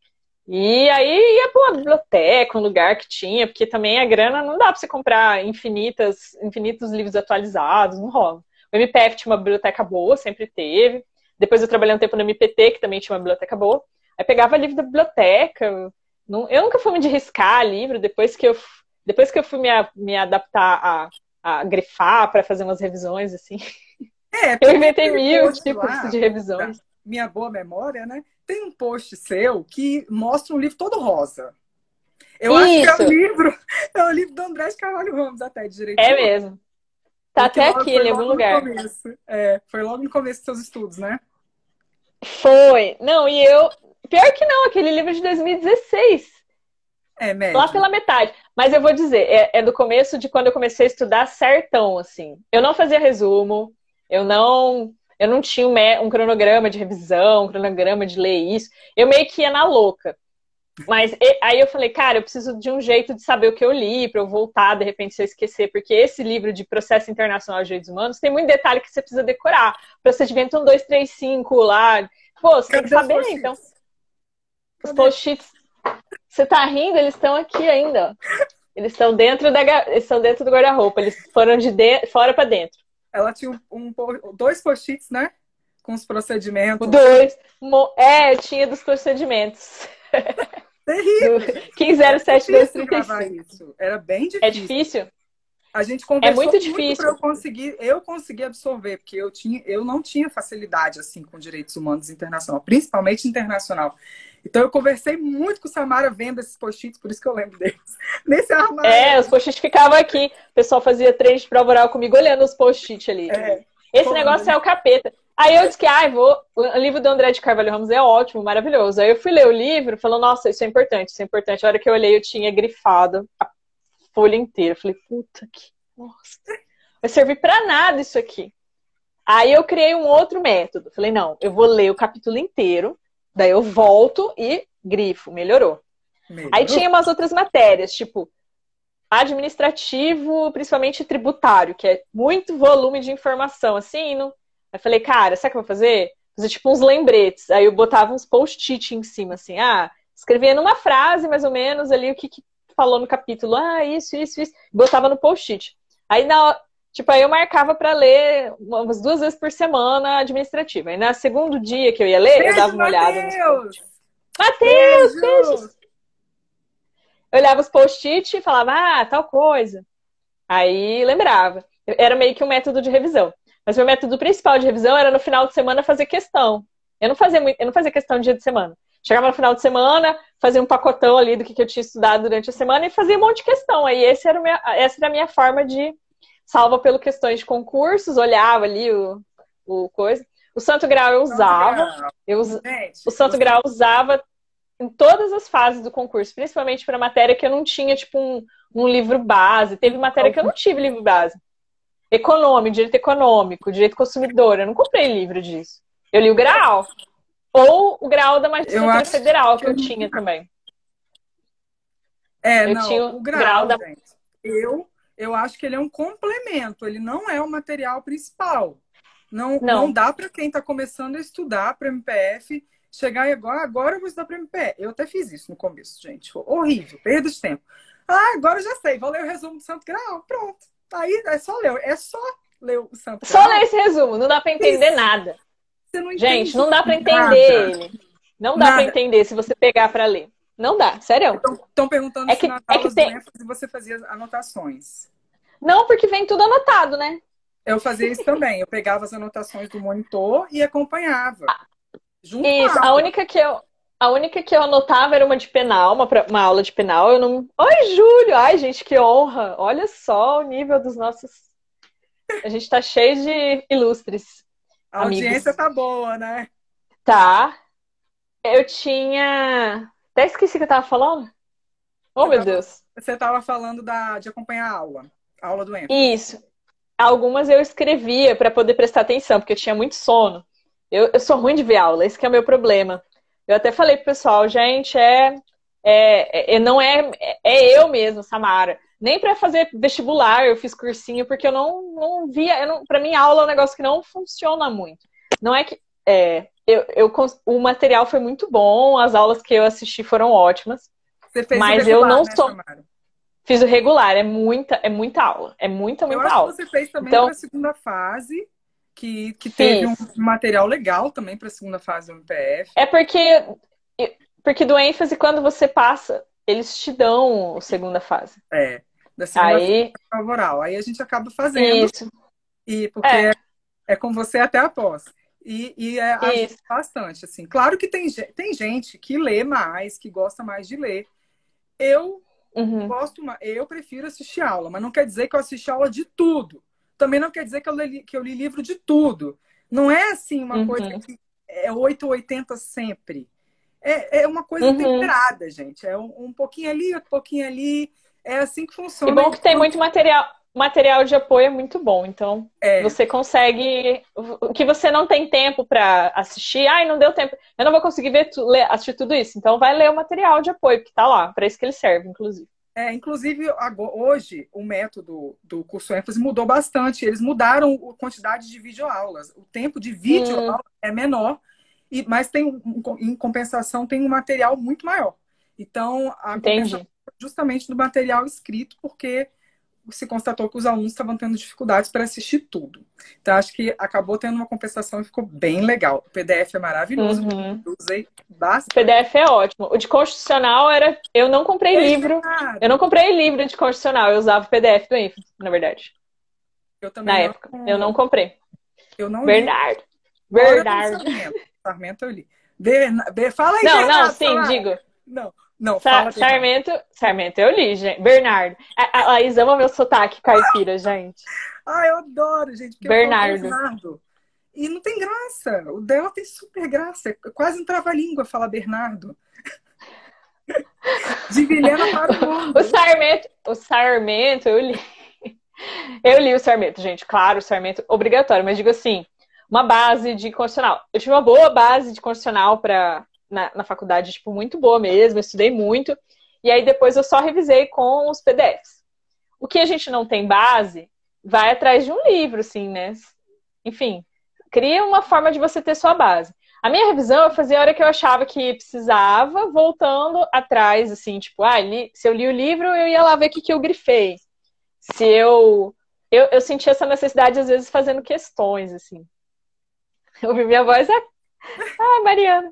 E aí ia para uma biblioteca, um lugar que tinha, porque também a grana não dá para você comprar infinitos livros atualizados, não rola. O MPF tinha uma biblioteca boa, sempre teve. Depois eu trabalhei um tempo no MPT, que também tinha uma biblioteca boa. Aí pegava livro da biblioteca. Eu nunca fui me de riscar livro, depois que eu fui me adaptar a grifar para fazer umas revisões, assim. Eu inventei mil tipos de revisões. Minha boa memória, né? Tem um post seu que mostra um livro todo rosa. Eu acho que é o livro do André de Carvalho Ramos, até direito. É mesmo. Tá até aqui, em algum lugar. Foi logo no começo dos seus estudos, né? Foi. Não, pior que não, aquele livro de 2016. Médio. Lá pela metade. Mas eu vou dizer, é do começo de quando eu comecei a estudar certão, assim. Eu não fazia resumo, eu não tinha um cronograma de revisão, um cronograma de ler isso. Eu meio que ia na louca. Mas aí eu falei, cara, eu preciso de um jeito de saber o que eu li, para eu voltar, de repente, se eu esquecer. Porque esse livro de Processo Internacional de Direitos Humanos tem muito detalhe que você precisa decorar. Procedimento 1, 2, 3, 5 lá. Pô, você tem que saber, então. Os post-its. Você tá rindo? Eles estão aqui ainda. Eles estão dentro do guarda-roupa. Eles foram de fora para dentro. Ela tinha dois post-its, né? Com os procedimentos. Tinha dos procedimentos. Terrível. 1507-235. Era bem difícil. É difícil? A gente conversou muito difícil para eu conseguir absorver, porque eu não tinha facilidade assim com direitos humanos internacional, principalmente internacional. Então eu conversei muito com o Samara vendo esses post-its, por isso que eu lembro deles. Nesse armário. Os post-its ficavam aqui. O pessoal fazia treino de prova oral comigo olhando os post-its ali. Esse negócio é o capeta. Aí eu disse que, o livro do André de Carvalho Ramos é ótimo, maravilhoso. Aí eu fui ler o livro, falou, nossa, isso é importante, isso é importante. A hora que eu olhei, eu tinha grifado a folha inteira. Eu falei, puta que... Nossa, vai servir pra nada isso aqui. Aí eu criei um outro método. Falei, não, eu vou ler o capítulo inteiro, daí eu volto e grifo. Melhorou. Aí tinha umas outras matérias, tipo, administrativo, principalmente tributário, que é muito volume de informação, assim, não... Aí eu falei, cara, sabe o que eu vou fazer? Fazer tipo uns lembretes. Aí eu botava uns post-it em cima, assim, escrevia numa frase, mais ou menos, ali o que falou no capítulo, isso, botava no post-it. Aí, aí eu marcava para ler umas 2 vezes por semana administrativa. Aí, no segundo dia que eu ia ler, eu dava Beijo, uma olhada nos Matheus! post-it. Matheus, Beijo! beijos! Eu olhava os post-it e falava, tal coisa. Aí lembrava. Era meio que um método de revisão. Mas meu método principal de revisão era no final de semana fazer questão. Eu não fazia questão de dia de semana. Chegava no final de semana, fazia um pacotão ali do que eu tinha estudado durante a semana e fazia um monte de questão. Aí essa era a minha forma de salva pelo questões de concursos, olhava ali o coisa. O Santo Grau eu usava. O Santo Grau usava em todas as fases do concurso, principalmente para matéria que eu não tinha, tipo, um livro base. Teve matéria que eu não tive livro base. Direito econômico, direito consumidor. Eu não comprei livro disso. Eu li o Grau. Ou o Grau da Magistratura Federal, que eu tinha também. Tinha o Grau da... gente. Eu acho que ele é um complemento. Ele não é o material principal. Não dá para quem está começando a estudar para MPF chegar e agora eu vou estudar para MPF. Eu até fiz isso no começo, gente. Foi horrível, perda de tempo. Agora eu já sei, vou ler o resumo do Santo Grau, pronto. Aí é só ler o Santo Grau. Só ler esse resumo, não dá para entender nada. Você não gente, não dá para entender ele. Não dá para entender se você pegar para ler. Não dá, sério. Estão perguntando se nas aulas do ênfase você fazia anotações. Não, porque vem tudo anotado, né? Eu fazia isso também. Eu pegava as anotações do monitor e acompanhava. Isso, a única que eu anotava era uma de penal, uma aula de penal. Eu não... Oi, Júlio! Ai, gente, que honra! Olha só o nível dos nossos... A gente tá cheio de ilustres A audiência tá boa, né? Tá. Eu tinha... Até esqueci o que eu tava falando. Meu Deus. Você tava falando de acompanhar a aula do ênfase. Isso. Algumas eu escrevia para poder prestar atenção, porque eu tinha muito sono. Eu sou ruim de ver aula, esse que é o meu problema. Eu até falei pro pessoal, gente, não é eu mesmo, Samara. Nem para fazer vestibular eu fiz cursinho, porque eu não via, para mim aula é um negócio que não funciona muito. Não é que o material foi muito bom, as aulas que eu assisti foram ótimas. Você fez mas regular, eu não né, sou. Samara? Fiz o regular, é muita aula. É muita eu aula. Acho que você fez também para a segunda fase, que teve um material legal também para a segunda fase do MPF. É porque do ênfase, quando você passa, eles te dão a segunda fase. Da segunda fase oral. Aí a gente acaba fazendo. Isso. Porque é com você até após. Ajuda bastante, assim. Claro que tem gente que lê mais, que gosta mais de ler. Eu eu prefiro assistir aula, mas não quer dizer que eu assisti aula de tudo. Também não quer dizer que eu li livro de tudo. Não é assim uma coisa que é 8 ou 80 sempre. É uma coisa temperada, gente. É um pouquinho ali, outro pouquinho ali. É assim que funciona. E bom que tem muito material de apoio, é muito bom. Então, você consegue... O que você não tem tempo para assistir, não deu tempo. Eu não vou conseguir assistir tudo isso. Então, vai ler o material de apoio que está lá. Para isso que ele serve, inclusive. Inclusive, hoje, o método do curso ênfase mudou bastante. Eles mudaram a quantidade de videoaulas. O tempo de videoaula é menor, mas em compensação tem um material muito maior. Então, a compensação justamente do material escrito, porque se constatou que os alunos estavam tendo dificuldades para assistir tudo. Então, acho que acabou tendo uma compensação e ficou bem legal. O PDF é maravilhoso, eu usei bastante. O PDF é ótimo. O de constitucional era... Eu não comprei livro. Eu não comprei livro de constitucional. Eu usava o PDF do ênfase, na verdade. Eu também na época. Eu não comprei. Eu não Bernardo. li. Bernardo. Sarmento eu li. Fala aí, Bernardo. Sim, digo. Não, fala Sarmento eu li, gente. Bernardo. A Laís ama meu sotaque caipira, gente. Eu adoro, gente. Porque Bernardo. E não tem graça. O dela tem super graça. É quase um trava-língua falar Bernardo. De Vilhena para o mundo. O Sarmento, eu li. Eu li o Sarmento, gente. Claro, o Sarmento obrigatório. Mas digo assim, uma base de constitucional. Eu tive uma boa base de constitucional na faculdade, tipo, muito boa mesmo, eu estudei muito. E aí depois eu só revisei com os PDFs. o que a gente não tem base, vai atrás de um livro, assim, né? Enfim, cria uma forma de você ter sua base. A minha revisão eu fazia a hora que eu achava que precisava, voltando atrás, assim, tipo, se eu li o livro, eu ia lá ver o que, que eu grifei. Se eu sentia essa necessidade, às vezes, fazendo questões, assim. Eu ouvi minha voz, Mariana.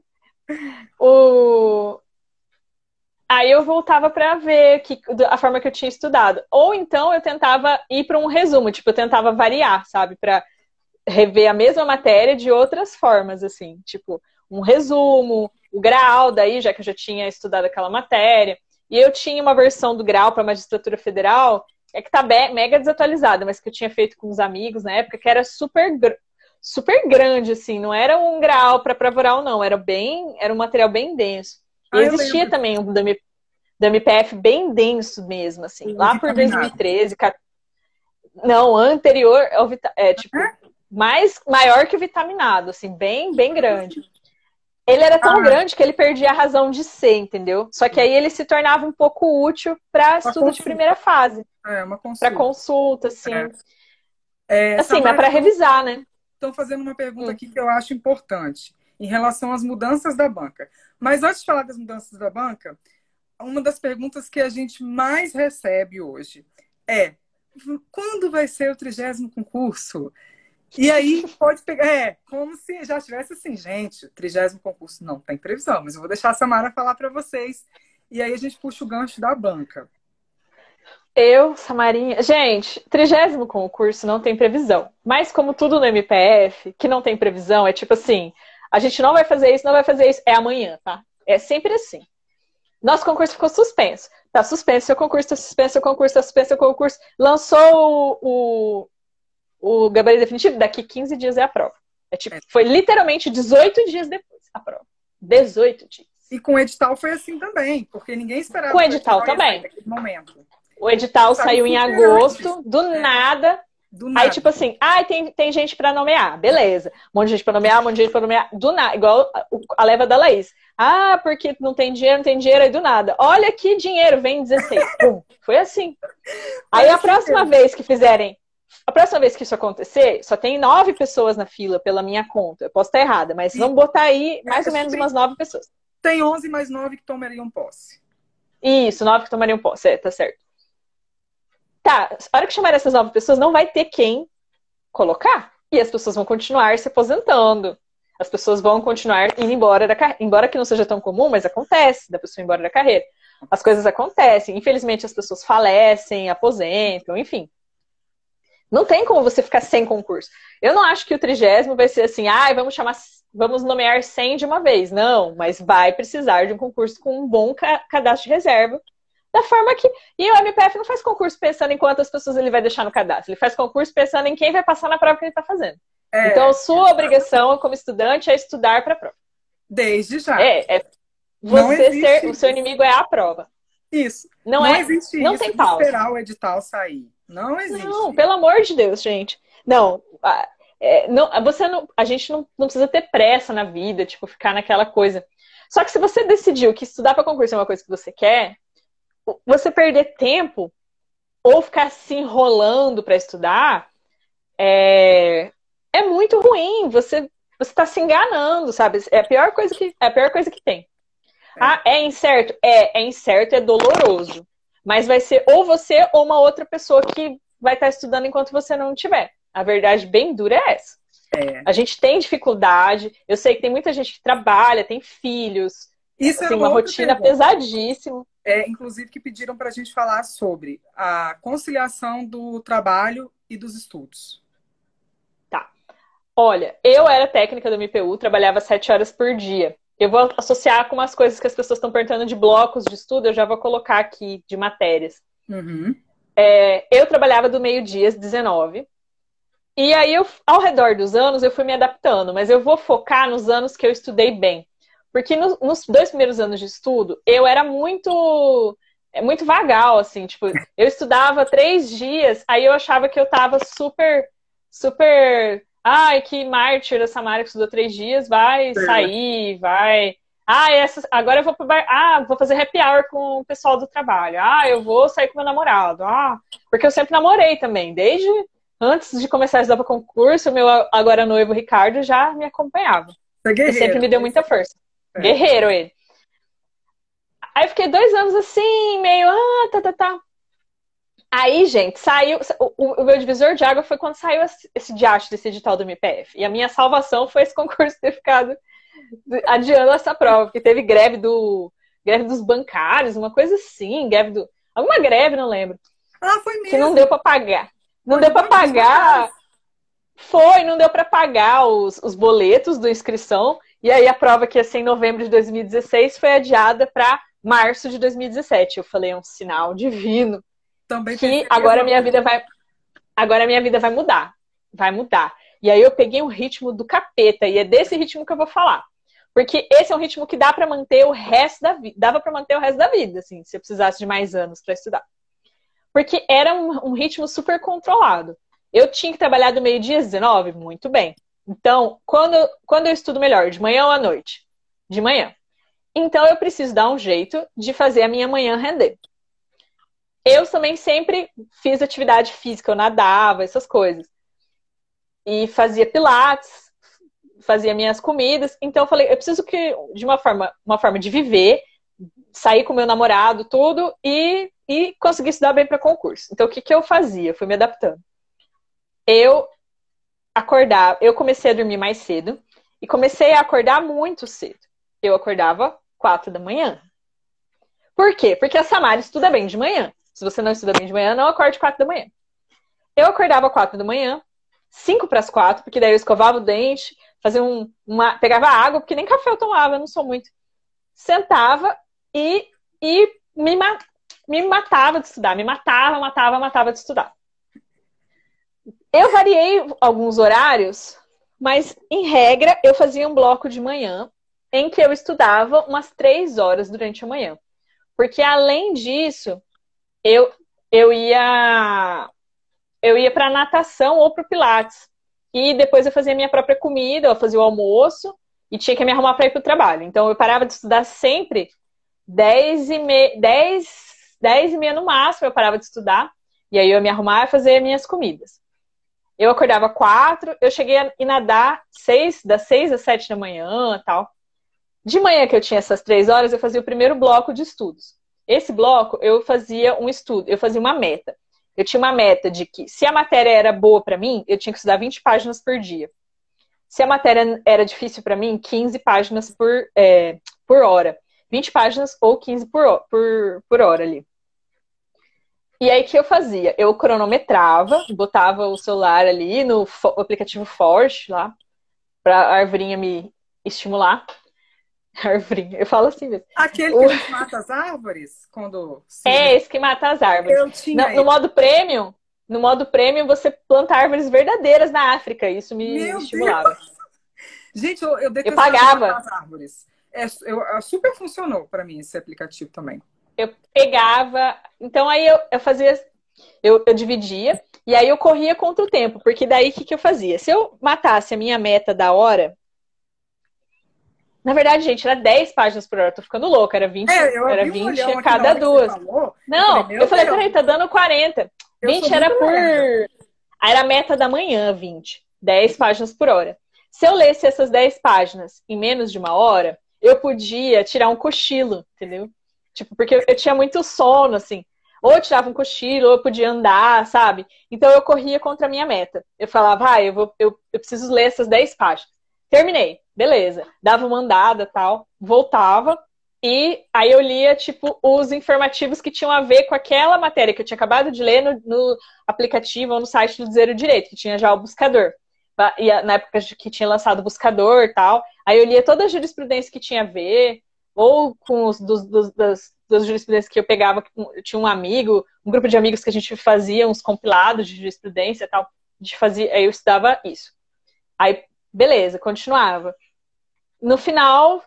Aí eu voltava para ver a forma que eu tinha estudado. Ou então eu tentava ir para um resumo, tipo, eu tentava variar, sabe? Para rever a mesma matéria de outras formas, assim. Tipo, um resumo, o grau, daí, já que eu já tinha estudado aquela matéria. E eu tinha uma versão do grau para magistratura federal, que tá mega desatualizada, mas que eu tinha feito com os amigos na época, que era super grande, assim. Não era um grau para prova oral, não. Era um material bem denso. E existia também um do MPF bem denso mesmo, assim. Lá por 2013. Não, anterior ao maior que o vitaminado, assim, bem, bem grande. Ele era tão grande que ele perdia a razão de ser, entendeu? Só que aí ele se tornava um pouco útil para estudo de primeira fase. Uma consulta. Para consulta, assim. Assim, mas para revisar, né? Estão fazendo uma pergunta aqui que eu acho importante, em relação às mudanças da banca. Mas antes de falar das mudanças da banca, uma das perguntas que a gente mais recebe hoje é: quando vai ser o 30º concurso? E aí pode pegar, como se já tivesse assim, gente, o 30º concurso não tem previsão, mas eu vou deixar a Samara falar para vocês. E aí a gente puxa o gancho da banca. Samarinha. Gente, 30º concurso não tem previsão. Mas como tudo no MPF, que não tem previsão, é tipo assim, a gente não vai fazer isso, é amanhã, tá? É sempre assim. Nosso concurso ficou suspenso. Tá suspenso seu concurso, tá suspenso seu concurso, tá suspenso seu concurso. Lançou o gabarito definitivo, daqui 15 dias é a prova. Foi literalmente 18 dias depois a prova. 18 dias. E com o edital foi assim também, porque ninguém esperava. Com o edital também. Naquele momento. O edital saiu em agosto, do nada. Aí, tipo assim, tem gente pra nomear. Beleza. Um monte de gente pra nomear, um monte de gente pra nomear. Do nada. Igual a leva da Laís. Porque não tem dinheiro, aí do nada. Olha que dinheiro, vem 16. Pum. Foi assim. Aí a próxima vez que isso acontecer, só tem 9 pessoas na fila pela minha conta. Eu posso estar errada, mas vamos botar aí mais ou menos umas 9 pessoas. Tem 11 mais 9 que tomariam posse. Isso, 9 que tomariam posse. Tá certo. Tá, a hora que chamar essas 9 pessoas, não vai ter quem colocar. E as pessoas vão continuar se aposentando. As pessoas vão continuar indo embora da carreira. Embora que não seja tão comum, mas acontece da pessoa ir embora da carreira. As coisas acontecem. Infelizmente, as pessoas falecem, aposentam, enfim. Não tem como você ficar sem concurso. Eu não acho que o 30º vai ser assim, vamos nomear 100 de uma vez. Não, mas vai precisar de um concurso com um bom cadastro de reserva. Da forma que... E o MPF não faz concurso pensando em quantas pessoas ele vai deixar no cadastro. Ele faz concurso pensando em quem vai passar na prova que ele está fazendo. Então, sua obrigação como estudante é estudar para a prova. Desde já. O seu inimigo é a prova. Isso. Não existe não isso tem de pausa. Esperar o edital sair. Não existe. Não, pelo amor de Deus, gente. Não, a gente não precisa ter pressa na vida, tipo, ficar naquela coisa. Só que se você decidiu que estudar para concurso é uma coisa que você quer, você perder tempo ou ficar se enrolando para estudar é muito ruim. Você está se enganando, sabe? É a pior coisa que tem. É incerto? É incerto, é doloroso. Mas vai ser ou você ou uma outra pessoa que vai estar estudando enquanto você não estiver. A verdade bem dura é essa. A gente tem dificuldade. Eu sei que tem muita gente que trabalha, tem filhos. Isso é uma rotina pesadíssima. Inclusive que pediram para a gente falar sobre a conciliação do trabalho e dos estudos. Tá. Olha, eu era técnica do MPU, trabalhava 7 horas por dia. Eu vou associar com umas coisas que as pessoas estão perguntando de blocos de estudo, eu já vou colocar aqui de matérias. Uhum. Eu trabalhava do meio-dia às 19. E aí, ao redor dos anos, eu fui me adaptando. Mas eu vou focar nos anos que eu estudei bem. Porque nos 2 primeiros anos de estudo, eu era muito vagal, assim. Tipo, eu estudava 3 dias, aí eu achava que eu tava super, super... Ai, que mártir essa Samara que estudou 3 dias, vai sair, vai Agora eu vou pro bar. Vou fazer happy hour com o pessoal do trabalho. Eu vou sair com meu namorado. Porque eu sempre namorei também. Desde antes de começar a estudar para concurso, o meu agora noivo Ricardo já me acompanhava. Você é guerreiro. E sempre me deu muita força. É. Guerreiro ele. Aí eu fiquei 2 anos assim, meio, tá. Aí, gente, saiu. O meu divisor de água foi quando saiu esse diacho desse edital do MPF. E a minha salvação foi esse concurso ter ficado adiando essa prova, porque teve greve dos bancários, uma coisa assim, alguma greve, não lembro. Foi mesmo. Que não deu pra pagar. Não deu pra pagar. Não deu pra pagar os boletos da inscrição. E aí a prova que ia ser em novembro de 2016 foi adiada pra março de 2017. Eu falei, é um sinal divino. Também que agora a minha vida vai mudar. Vai mudar. E aí eu peguei um ritmo do capeta, e é desse ritmo que eu vou falar. Porque esse é um ritmo que dá para manter o resto da vida. Dava para manter o resto da vida, assim, se eu precisasse de mais anos para estudar. Porque era um ritmo super controlado. Eu tinha que trabalhar do meio-dia às 19, muito bem. Então, quando eu estudo melhor, de manhã ou à noite? De manhã. Então eu preciso dar um jeito de fazer a minha manhã render. Eu também sempre fiz atividade física, eu nadava, essas coisas. E fazia pilates, fazia minhas comidas. Então eu falei, eu preciso de uma forma de viver, sair com meu namorado, tudo, e conseguir estudar bem para concurso. Então o que eu fazia? Eu fui me adaptando. Eu comecei a dormir mais cedo e comecei a acordar muito cedo. Eu acordava 4 da manhã. Por quê? Porque a Samara estuda bem de manhã. Se você não estuda bem de manhã, não acorde 4 da manhã. Eu acordava 4 da manhã, 5 para as 4, porque daí eu escovava o dente, fazia pegava água, porque nem café eu tomava, eu não sou muito. Sentava e me matava de estudar. Me matava de estudar. Eu variei alguns horários, mas, em regra, eu fazia um bloco de manhã em que eu estudava umas 3 horas durante a manhã. Porque, além disso, eu ia para natação ou para Pilates. E depois eu fazia minha própria comida, eu fazia o almoço e tinha que me arrumar para ir para o trabalho. Então eu parava de estudar sempre 10h30 no máximo, eu parava de estudar. E aí eu me arrumava e fazia minhas comidas. Eu acordava 4, eu cheguei a ir nadar das 6 às 7 da manhã e tal. De manhã que eu tinha essas 3 horas, eu fazia o primeiro bloco de estudos. Esse bloco, eu fazia um estudo, eu fazia uma meta. Eu tinha uma meta de que, se a matéria era boa para mim, eu tinha que estudar 20 páginas por dia. Se a matéria era difícil para mim, 15 páginas por hora. 20 páginas ou 15 por hora ali. E aí, o que eu fazia? Eu cronometrava, botava o celular ali no aplicativo Forte, lá, para a arvorinha me estimular. Arvorinha, eu falo assim mesmo. Aquele que mata as árvores? Esse que mata as árvores. Eu tinha no modo premium, você planta árvores verdadeiras na África. Isso me estimulava. Deus. Gente, eu detestava pagava as árvores. Super funcionou para mim esse aplicativo também. Eu pegava... Então, aí eu fazia... Eu dividia. E aí eu corria contra o tempo. Porque daí, o que eu fazia? Se eu matasse a minha meta da hora... Na verdade, gente, era 10 páginas por hora. Tô ficando louca. Era 20, era 20 a cada 2. Não, eu falei, peraí, tá dando 40. 20 era por... Aí era a meta da manhã, 20. 10 páginas por hora. Se eu lesse essas 10 páginas em menos de 1 hora, eu podia tirar um cochilo, entendeu? Tipo, porque eu tinha muito sono, assim. Ou eu tirava um cochilo, ou eu podia andar, sabe? Então eu corria contra a minha meta. Eu falava, eu preciso ler essas 10 páginas. Terminei, beleza. Dava uma andada, tal, voltava. E aí eu lia, tipo, os informativos que tinham a ver com aquela matéria que eu tinha acabado de ler no aplicativo ou no site do Zero Direito, que tinha já o buscador. E na época que tinha lançado o buscador e tal. Aí eu lia toda a jurisprudência que tinha a ver, ou com os das jurisprudências que eu pegava. Eu tinha um grupo de amigos que a gente fazia uns compilados de jurisprudência e tal. Aí eu estudava isso. Aí, beleza, continuava. No final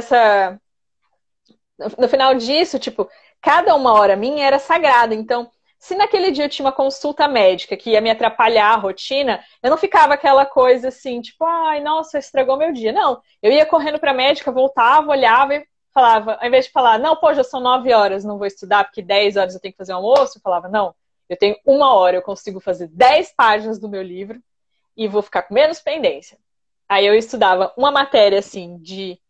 no final disso, tipo, cada 1 hora minha era sagrada. Então, Se naquele dia eu tinha uma consulta médica que ia me atrapalhar a rotina, eu não ficava aquela coisa assim, tipo, ai, nossa, estragou meu dia. Não, eu ia correndo pra médica, voltava, olhava e falava, ao invés de falar, não, pô, já são 9 horas, não vou estudar porque 10 horas eu tenho que fazer almoço, eu falava, não, eu tenho 1 hora, eu consigo fazer 10 páginas do meu livro e vou ficar com menos pendência. Aí eu estudava uma matéria, assim,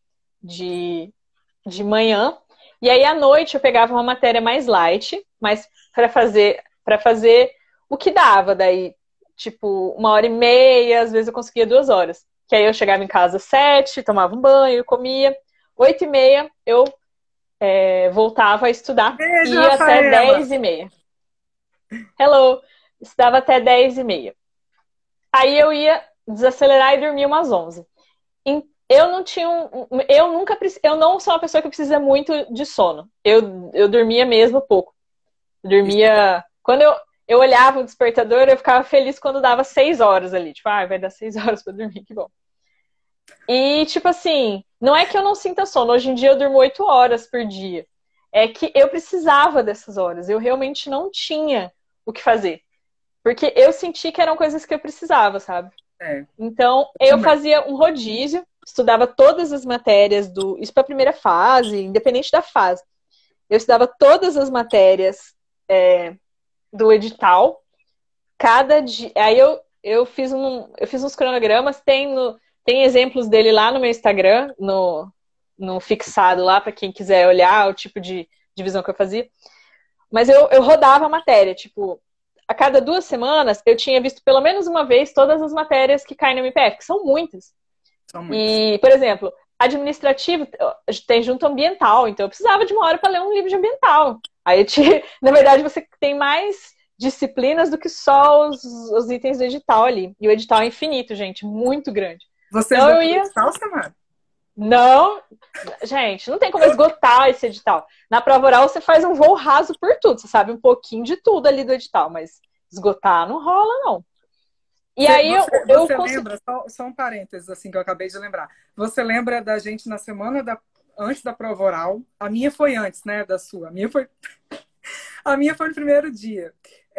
de, de manhã, e aí à noite eu pegava uma matéria mais light, mas para fazer o que dava. Daí, tipo, 1 hora e meia, às vezes eu conseguia 2 horas. Que aí eu chegava em casa às 7, tomava um banho, comia. 8h30 eu voltava a estudar e Beijo, ia até Rafaela! 10h30. Hello! Estudava até 10h30. Aí eu ia desacelerar e dormir umas 11. Eu não tinha eu nunca eu não sou uma pessoa que precisa muito de sono. Eu dormia mesmo pouco. Eu dormia quando eu olhava o despertador, eu ficava feliz quando dava 6 horas ali, tipo, vai dar 6 horas para dormir, que bom. E tipo assim, não é que eu não sinta sono, hoje em dia eu durmo 8 horas por dia. É que eu precisava dessas horas, eu realmente não tinha o que fazer. Porque eu senti que eram coisas que eu precisava, sabe? É, Então, eu eu também. fazia um rodízio, estudava todas as matérias isso para a primeira fase, independente da fase. Eu estudava todas as matérias do edital, cada dia. Aí eu fiz uns cronogramas, tem exemplos dele lá no meu Instagram, no fixado lá, para quem quiser olhar o tipo de divisão que eu fazia. Mas eu rodava a matéria, tipo, a cada 2 semanas eu tinha visto pelo menos uma vez todas as matérias que caem no MPF, que são muitas. São muitos. E, por exemplo, administrativo tem junto ambiental, então eu precisava de 1 hora para ler um livro de ambiental. Aí, na verdade, você tem mais disciplinas do que só os itens do edital ali. E o edital é infinito, gente, muito grande. Você Então eu esgotou o ia. edital, Samara? Não, gente, não tem como esgotar esse edital. Na prova oral você faz um voo raso por tudo, você sabe um pouquinho de tudo ali do edital, mas esgotar não rola, não. E aí eu Você consegui. lembra, só um parênteses assim que eu acabei de lembrar. Você lembra da gente na semana antes da prova oral? A minha foi antes, né, da sua. A minha foi no primeiro dia.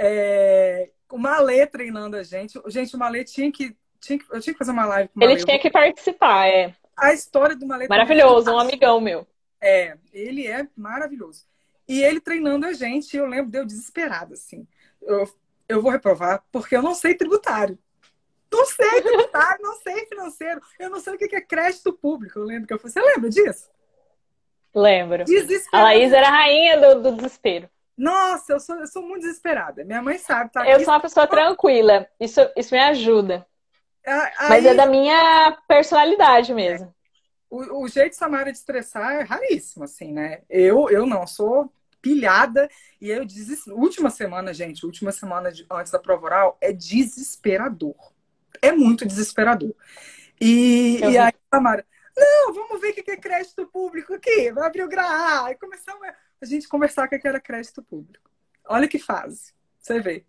O Malê treinando a gente. Gente, o Malê eu tinha que fazer uma live com o Ele Malê. tinha que participar, A história do Malê também é maravilhoso, um fantástica. amigão meu. Ele é maravilhoso. E ele treinando a gente, eu lembro de eu desesperada, assim. Eu vou reprovar porque eu não sei tributário. Não sei tributário, não sei financeiro. Eu não sei o que é crédito público. Eu lembro que eu falei, você lembra disso? Lembro. A Laís Desesperada. era a rainha do desespero. Nossa, eu sou muito desesperada. Minha mãe sabe, tá Eu aqui. sou uma pessoa tranquila. Isso me ajuda. Mas é Aí, da minha personalidade mesmo. o jeito de Samara de estressar é raríssimo, assim, né? Eu não, sou pilhada. E eu última semana, gente, última semana antes da prova oral é desesperador. É muito desesperador. Eu E aí, vi. Samara, não, vamos ver o que é crédito público aqui. Vai abrir o GRAA. Aí começamos a gente conversar o que era crédito público. Olha que fase. Você vê.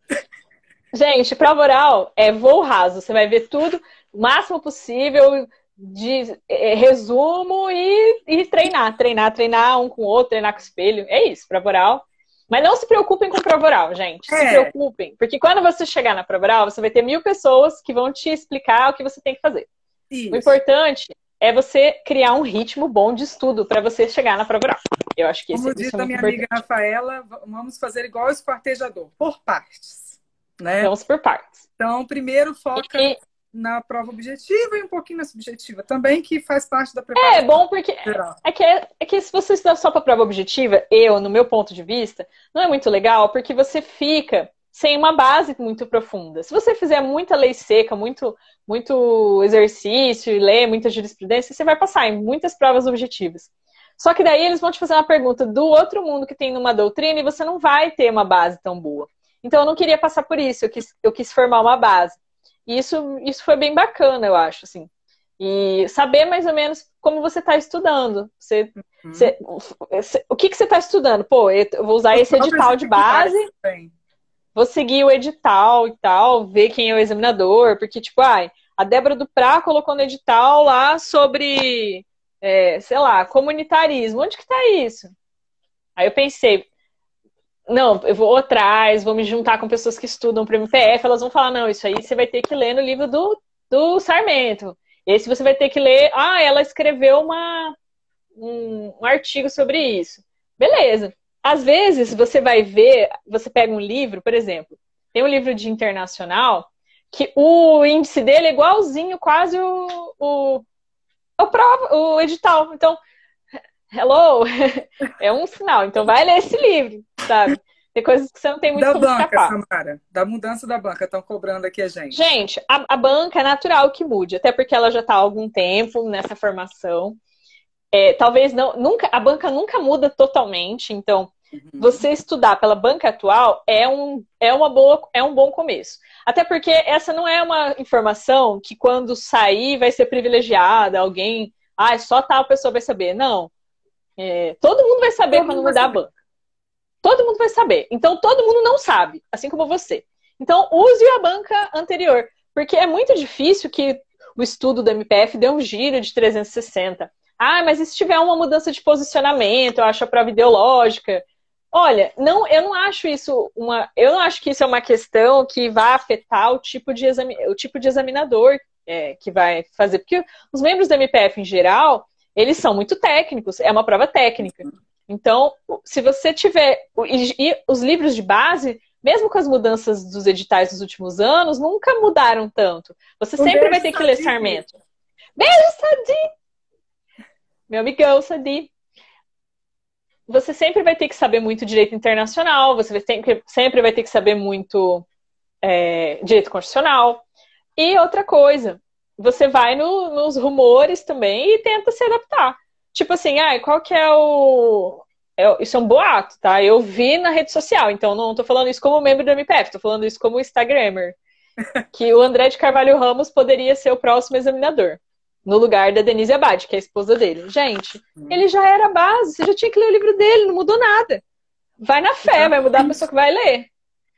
Gente, prova oral é voo raso. Você vai ver tudo o máximo possível de resumo e treinar um com o outro, treinar com o espelho. É isso, prova oral. Mas não se preocupem com prova oral, gente. Se É, preocupem. Porque quando você chegar na prova oral, você vai ter 1000 pessoas que vão te explicar o que você tem que fazer. O isso. importante é você criar um ritmo bom de estudo para você chegar na prova oral. Eu acho que Como isso diz é a muito minha amiga importante. Rafaela, vamos fazer igual o esquartejador, por partes. Né? Vamos por partes. Então, primeiro foca E na prova objetiva e um pouquinho na subjetiva também, que faz parte da é preparação bom porque geral. é que se você estudar só para prova objetiva, no meu ponto de vista, não é muito legal porque você fica sem uma base muito profunda. Se você fizer muita lei seca, muito exercício e ler muita jurisprudência, você vai passar em muitas provas objetivas. Só que daí eles vão te fazer uma pergunta do outro mundo que tem numa doutrina e você não vai ter uma base tão boa. Então eu não queria passar por isso, eu quis formar uma base. E isso foi bem bacana, eu acho, assim. E saber mais ou menos como você está estudando. O que você está estudando? Pô, eu vou usar As esse próprias edital de base, dificuldades também. vou seguir o edital e tal, ver quem é o examinador, porque, tipo, a Débora Duprá colocou no edital lá sobre, sei lá, comunitarismo. Onde que tá isso? Aí eu pensei, não, eu vou atrás, vou me juntar com pessoas que estudam para o MPF, elas vão falar, não, isso aí você vai ter que ler no livro do Sarmento. Esse você vai ter que ler, ela escreveu um artigo sobre isso. Beleza. Às vezes você vai ver, você pega um livro, por exemplo, tem um livro de internacional que o índice dele é igualzinho quase o edital. Então, hello, é um sinal. Então vai ler esse livro, sabe? Tem coisas que você não tem muito como escapar. Samara, da mudança da banca, estão cobrando aqui a gente. Gente, a banca é natural que mude, até porque ela já está há algum tempo nessa formação. Talvez não, nunca, a banca nunca muda totalmente, então você estudar pela banca atual é um bom começo. Até porque essa não é uma informação que quando sair vai ser privilegiada, alguém, só tal pessoa vai saber. Não. Todo mundo vai saber quando mudar a banca. Todo mundo vai saber. Então, todo mundo não sabe, assim como você. Então, use a banca anterior, porque é muito difícil que o estudo do MPF dê um giro de 360. Mas e se tiver uma mudança de posicionamento, eu acho a prova ideológica. Olha, eu não acho que isso é uma questão que vai afetar o tipo de examinador que vai fazer, porque os membros do MPF em geral, eles são muito técnicos, é uma prova técnica. Então, se você tiver e os livros de base, mesmo com as mudanças dos editais dos últimos anos, nunca mudaram tanto. Você sempre vai ter que ler Sarmento. Beijo, Sadi! Meu amigão, Sadi. Você sempre vai ter que saber muito direito internacional, você sempre vai ter que saber muito direito constitucional. E outra coisa, você vai nos rumores também e tenta se adaptar. Tipo assim, qual que é isso é um boato, tá? Eu vi na rede social, então não tô falando isso como membro do MPF, tô falando isso como Instagrammer. Que o André de Carvalho Ramos poderia ser o próximo examinador. No lugar da Denise Abad, que é a esposa dele. Gente, ele já era base, você já tinha que ler o livro dele, não mudou nada. Vai na fé, vai mudar a pessoa que vai ler.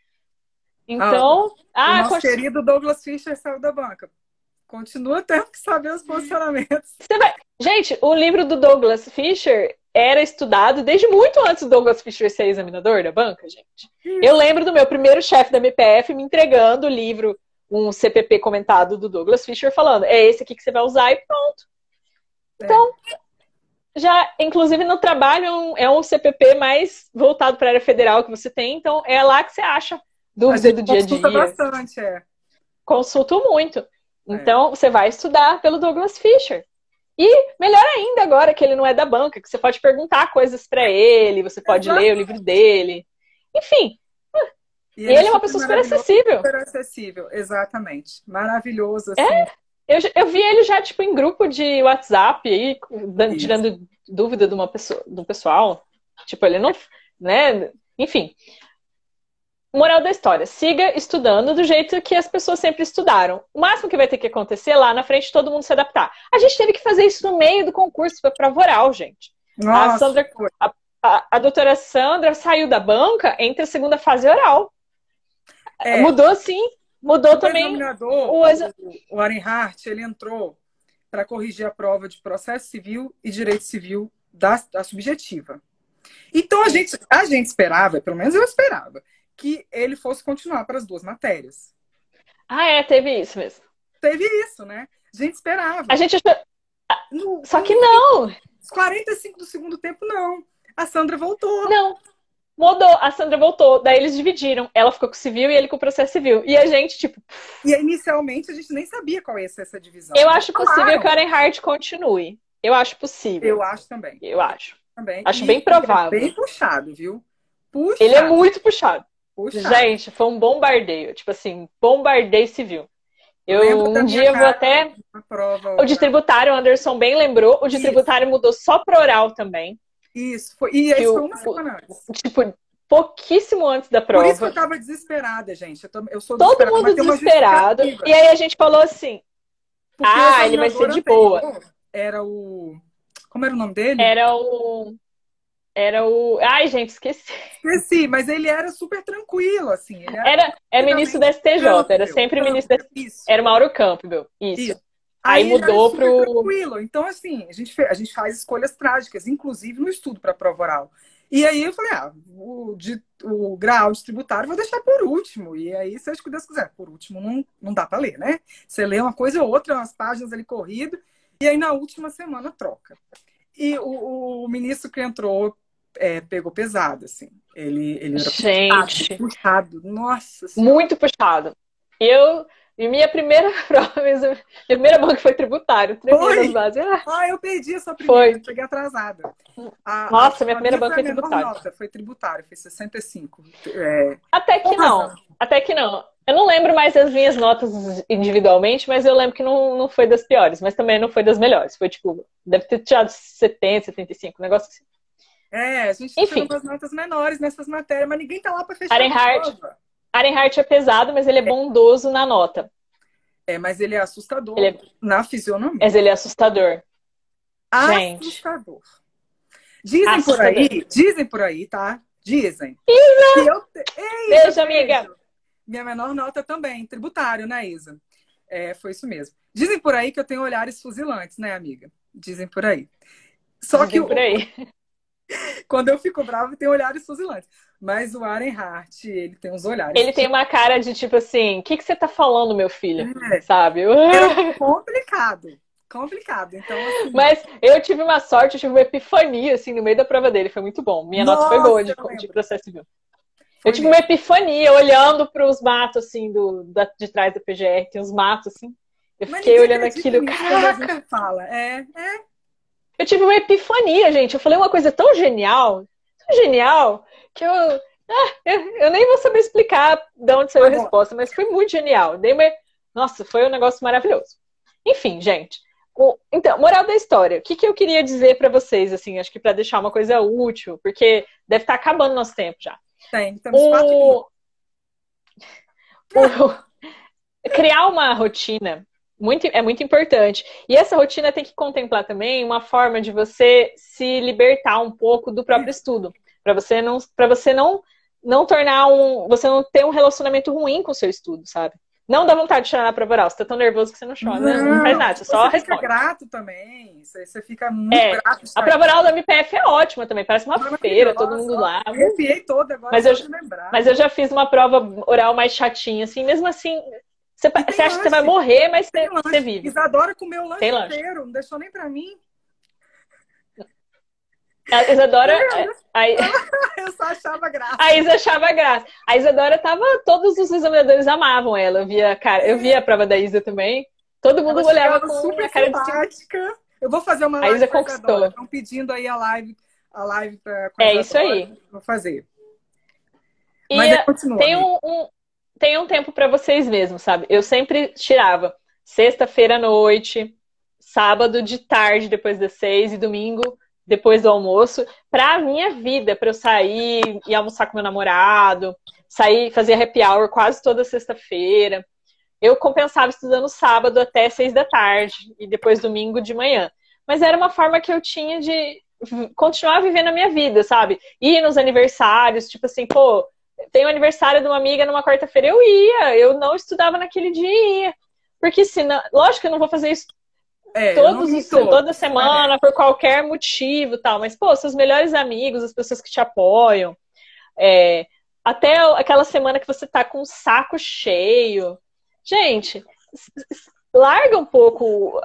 Então... o nosso querido Douglas Fischer saiu da banca. Continua tendo que saber os posicionamentos. Gente, o livro do Douglas Fischer era estudado desde muito antes do Douglas Fischer ser examinador da banca, gente. Eu lembro do meu primeiro chefe da MPF me entregando o livro, um CPP comentado do Douglas Fischer, falando, é esse aqui que você vai usar e pronto. Então, já, inclusive no trabalho, é um CPP mais voltado para a área federal que você tem, então é lá que você acha dúvida do dia a dia. Consulta bastante, Consulto muito. Então, você vai estudar pelo Douglas Fischer. E melhor ainda agora que ele não é da banca, que você pode perguntar coisas para ele, você pode ler o livro dele. Enfim. E ele é uma pessoa super acessível. Super acessível, exatamente. Maravilhoso, assim. Eu vi ele já, tipo, em grupo de WhatsApp, aí, tirando dúvida de um pessoal. Tipo, ele não... né? Enfim. Moral da história, siga estudando do jeito que as pessoas sempre estudaram. O máximo que vai ter que acontecer lá na frente, todo mundo se adaptar. A gente teve que fazer isso no meio do concurso para prova oral, gente. Nossa, a doutora Sandra saiu da banca entre a segunda fase oral. Mudou sim, mudou também. O Arenhart, ele entrou para corrigir a prova de processo civil e direito civil da subjetiva. Então a gente esperava, pelo menos eu esperava, que ele fosse continuar para as duas matérias. Teve isso mesmo. Teve isso, né? A gente esperava. A gente achou... Só que não. Os 45 do segundo tempo, não. A Sandra voltou. Não. Mudou. A Sandra voltou. Daí eles dividiram. Ela ficou com o civil e ele com o processo civil. E a gente, tipo... E inicialmente a gente nem sabia qual ia ser essa divisão. Eu acho possível que o Arenhart continue. Eu acho possível. Eu acho também. Eu acho. Também. Acho bem provável. É bem puxado, viu? Puxado. Ele é muito puxado. Puxado. Gente, foi um bombardeio. Tipo assim, bombardeio civil. Um dia eu vou até... O de tributário, o Anderson bem lembrou. O de tributário mudou só pro oral também. Isso. E isso foi uma semana antes. Tipo, pouquíssimo antes da prova. Por isso que eu tava desesperada, gente. Eu sou todo mundo desesperado. E aí a gente falou assim, ele vai ser de boa. Era o... Como era o nome dele? Era o... Ai, gente, esqueci. Esqueci, mas ele era super tranquilo, assim. Era ministro da STJ, era sempre ministro da STJ. Era Mauro Campbell, isso. Aí mudou pro... tranquilo. Então, assim, a gente faz escolhas trágicas, inclusive no estudo para prova oral. E aí eu falei, o grau de tributário eu vou deixar por último. E aí, seja o que Deus quiser. Por último, não dá para ler, né? Você lê uma coisa ou outra, umas páginas ali corrido, e aí na última semana troca. E o ministro que entrou pegou pesado, assim. Ele era puxado, Gente, puxado. Nossa Senhora. muito puxado. Eu, e minha primeira prova, minha primeira banca foi tributário, tremia nas Foi! bases. Eu perdi essa primeira, Foi. cheguei atrasada. Nossa, minha A primeira minha foi banca a foi menor tributário. nota, foi tributário, foi 65. Até Com que razão. não. Até que não. Eu não lembro mais das minhas notas individualmente, mas eu lembro que não foi das piores, mas também não foi das melhores. Foi tipo, deve ter tirado 70, 75, um negócio assim. A gente tirou Enfim, umas notas menores nessas matérias, mas ninguém tá lá para fechar a Arenhardt, prova. Arenhardt é pesado, mas ele é bondoso na nota. Mas ele é Ele assustador é, na mas fisionomia. ele é assustador. Gente, Assustador. assustador. Dizem por aí, tá? Dizem. Que Isa, Beijo, amiga. beijo. Minha menor nota também, tributário, né, Isa? Foi isso mesmo. Dizem por aí que eu tenho olhares fuzilantes, né, amiga? Dizem por aí. Só que Dizem por aí. quando eu fico brava, tem olhares fuzilantes. Mas o Arenhart, ele tem uns olhares. Ele tem uma cara de tipo assim, o que você tá falando, meu filho? É, Sabe? era complicado. Complicado. Então, assim. Mas eu tive uma sorte, eu tive uma epifania, assim, no meio da prova dele. Foi muito bom. Minha nota foi boa Nossa, eu de lembro. processo civil. Eu Foi tive uma mesmo. epifania olhando para os matos, assim, de trás da PGR. Tem uns matos, assim. Eu Mas fiquei ninguém olhando acredita aquilo. nisso quando a gente Caraca! fala. Eu tive uma epifania, gente. Eu falei uma coisa tão genial, que eu nem vou saber explicar de onde saiu a Agora, resposta, mas foi muito genial. Nossa, foi um negócio maravilhoso. Enfim, gente. Então, moral da história. O que eu queria dizer para vocês, assim, acho que para deixar uma coisa útil, porque deve estar acabando nosso tempo já. temos 4 minutos. O, Criar uma rotina é muito importante. E essa rotina tem que contemplar também uma forma de você se libertar um pouco do próprio estudo. Para você não tornar você não ter um relacionamento ruim com o seu estudo, sabe? Não dá vontade de chorar na prova oral. Você tá tão nervoso que você não chora. Não faz Não, nada, você só você fica responde. grato também. Você fica muito grato de A estar prova aqui. oral da MPF é ótima também, parece uma feira, todo Maravilhosa. mundo lá. Arrepiei toda agora Mas eu, só de lembrar. mas eu já fiz uma prova oral mais chatinha, assim, mesmo assim, E você tem acha que você vai lanche. morrer, mas Tem você lanche. vive. Isadora comeu o Tem lanche lanche. inteiro. Não deixou nem pra mim. A Isadora. Eu só achava graça. A Isa achava graça. A Isadora tava. Todos os examinadores amavam ela. Eu via a prova da Isa também. Todo mundo Ela olhava chegava com a super cara de. simpática. Eu vou fazer uma A live Isa com a Isadora. conquistou. Estão pedindo aí a live com a É isso Isadora. aí. Vou fazer. E Mas aí continua, tem amiga. tem um tempo pra vocês mesmos, sabe? Eu sempre tirava sexta-feira à noite, sábado de tarde, depois das 6 e domingo, depois do almoço, pra minha vida, pra eu sair e almoçar com meu namorado, sair, fazer happy hour quase toda sexta-feira. Eu compensava estudando sábado até 6 da tarde e depois domingo de manhã. Mas era uma forma que eu tinha de continuar vivendo a minha vida, sabe? Ir nos aniversários, tipo assim, pô, tem o aniversário de uma amiga numa quarta-feira, eu não estudava naquele dia. Porque senão, lógico que eu não vou fazer isso Eu não vi todos. toda semana, por qualquer motivo tal. Mas, pô, seus melhores amigos, as pessoas que te apoiam, é, até aquela semana que você tá com o saco cheio. Gente, larga um pouco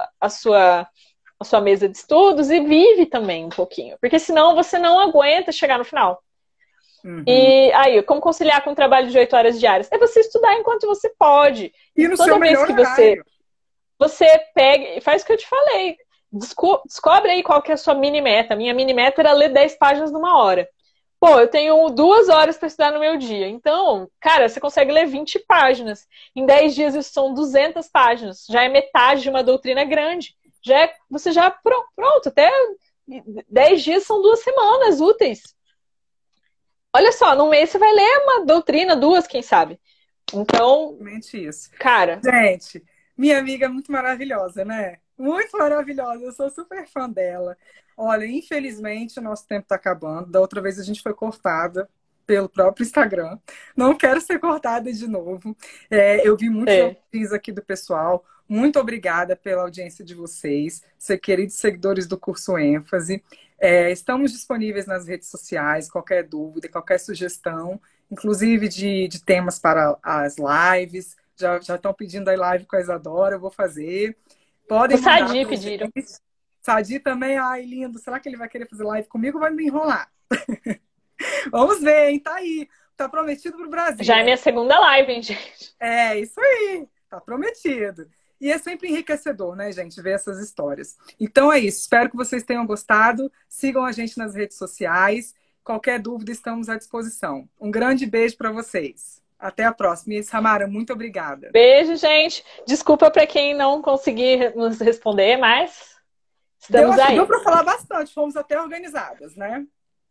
a sua mesa de estudos e vive também um pouquinho. Porque senão você não aguenta chegar no final. Uhum. E aí, como conciliar com o trabalho de 8 horas diárias? É você estudar enquanto você pode. E E no seu toda vez melhor que horário. você pega e faz o que eu te falei. Descobre aí qual que é a sua mini meta. Minha mini meta era ler 10 páginas numa hora. Pô, eu tenho 2 horas para estudar no meu dia. Então, cara, você consegue ler 20 páginas. Em 10 dias isso são 200 páginas. Já é metade de uma doutrina grande. Você já pronto, até 10 dias são 2 semanas úteis. Olha só, num mês você vai ler uma doutrina, duas, quem sabe. Então, Exatamente isso. cara, Gente, minha amiga é muito maravilhosa, né? Muito maravilhosa. Eu sou super fã dela. Olha, infelizmente o nosso tempo está acabando. Da outra vez a gente foi cortada. pelo próprio Instagram. Não quero ser cortada de novo. Eu vi muitos É. elogios aqui do pessoal. Muito obrigada pela audiência de vocês, queridos seguidores do curso ênfase. Estamos disponíveis nas redes sociais, qualquer dúvida, qualquer sugestão, inclusive de temas para as lives. Já estão pedindo a live com a Isadora, eu vou fazer. O Podem mandar Sadi pra pediram. gente. Sadi também, ai, lindo. Será que ele vai querer fazer live comigo ou vai me enrolar? Vamos ver, hein? Tá aí. Tá prometido pro Brasil. Já é minha segunda live, hein, gente? Isso aí. Tá prometido. E é sempre enriquecedor, né, gente, ver essas histórias. Então é isso. Espero que vocês tenham gostado. Sigam a gente nas redes sociais. Qualquer dúvida, estamos à disposição. Um grande beijo para vocês. Até a próxima. E Samara, muito obrigada. Beijo, gente. Desculpa para quem não conseguir nos responder, mas estamos aí. Deu para falar bastante. Fomos até organizadas, né?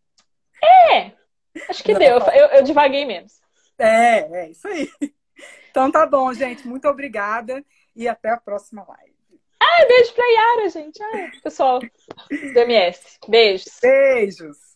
Acho que deu. Eu divaguei menos. Isso aí. Então tá bom, gente. Muito obrigada e até a próxima live. Beijo pra Yara, gente. Pessoal do MS. Beijos. Beijos.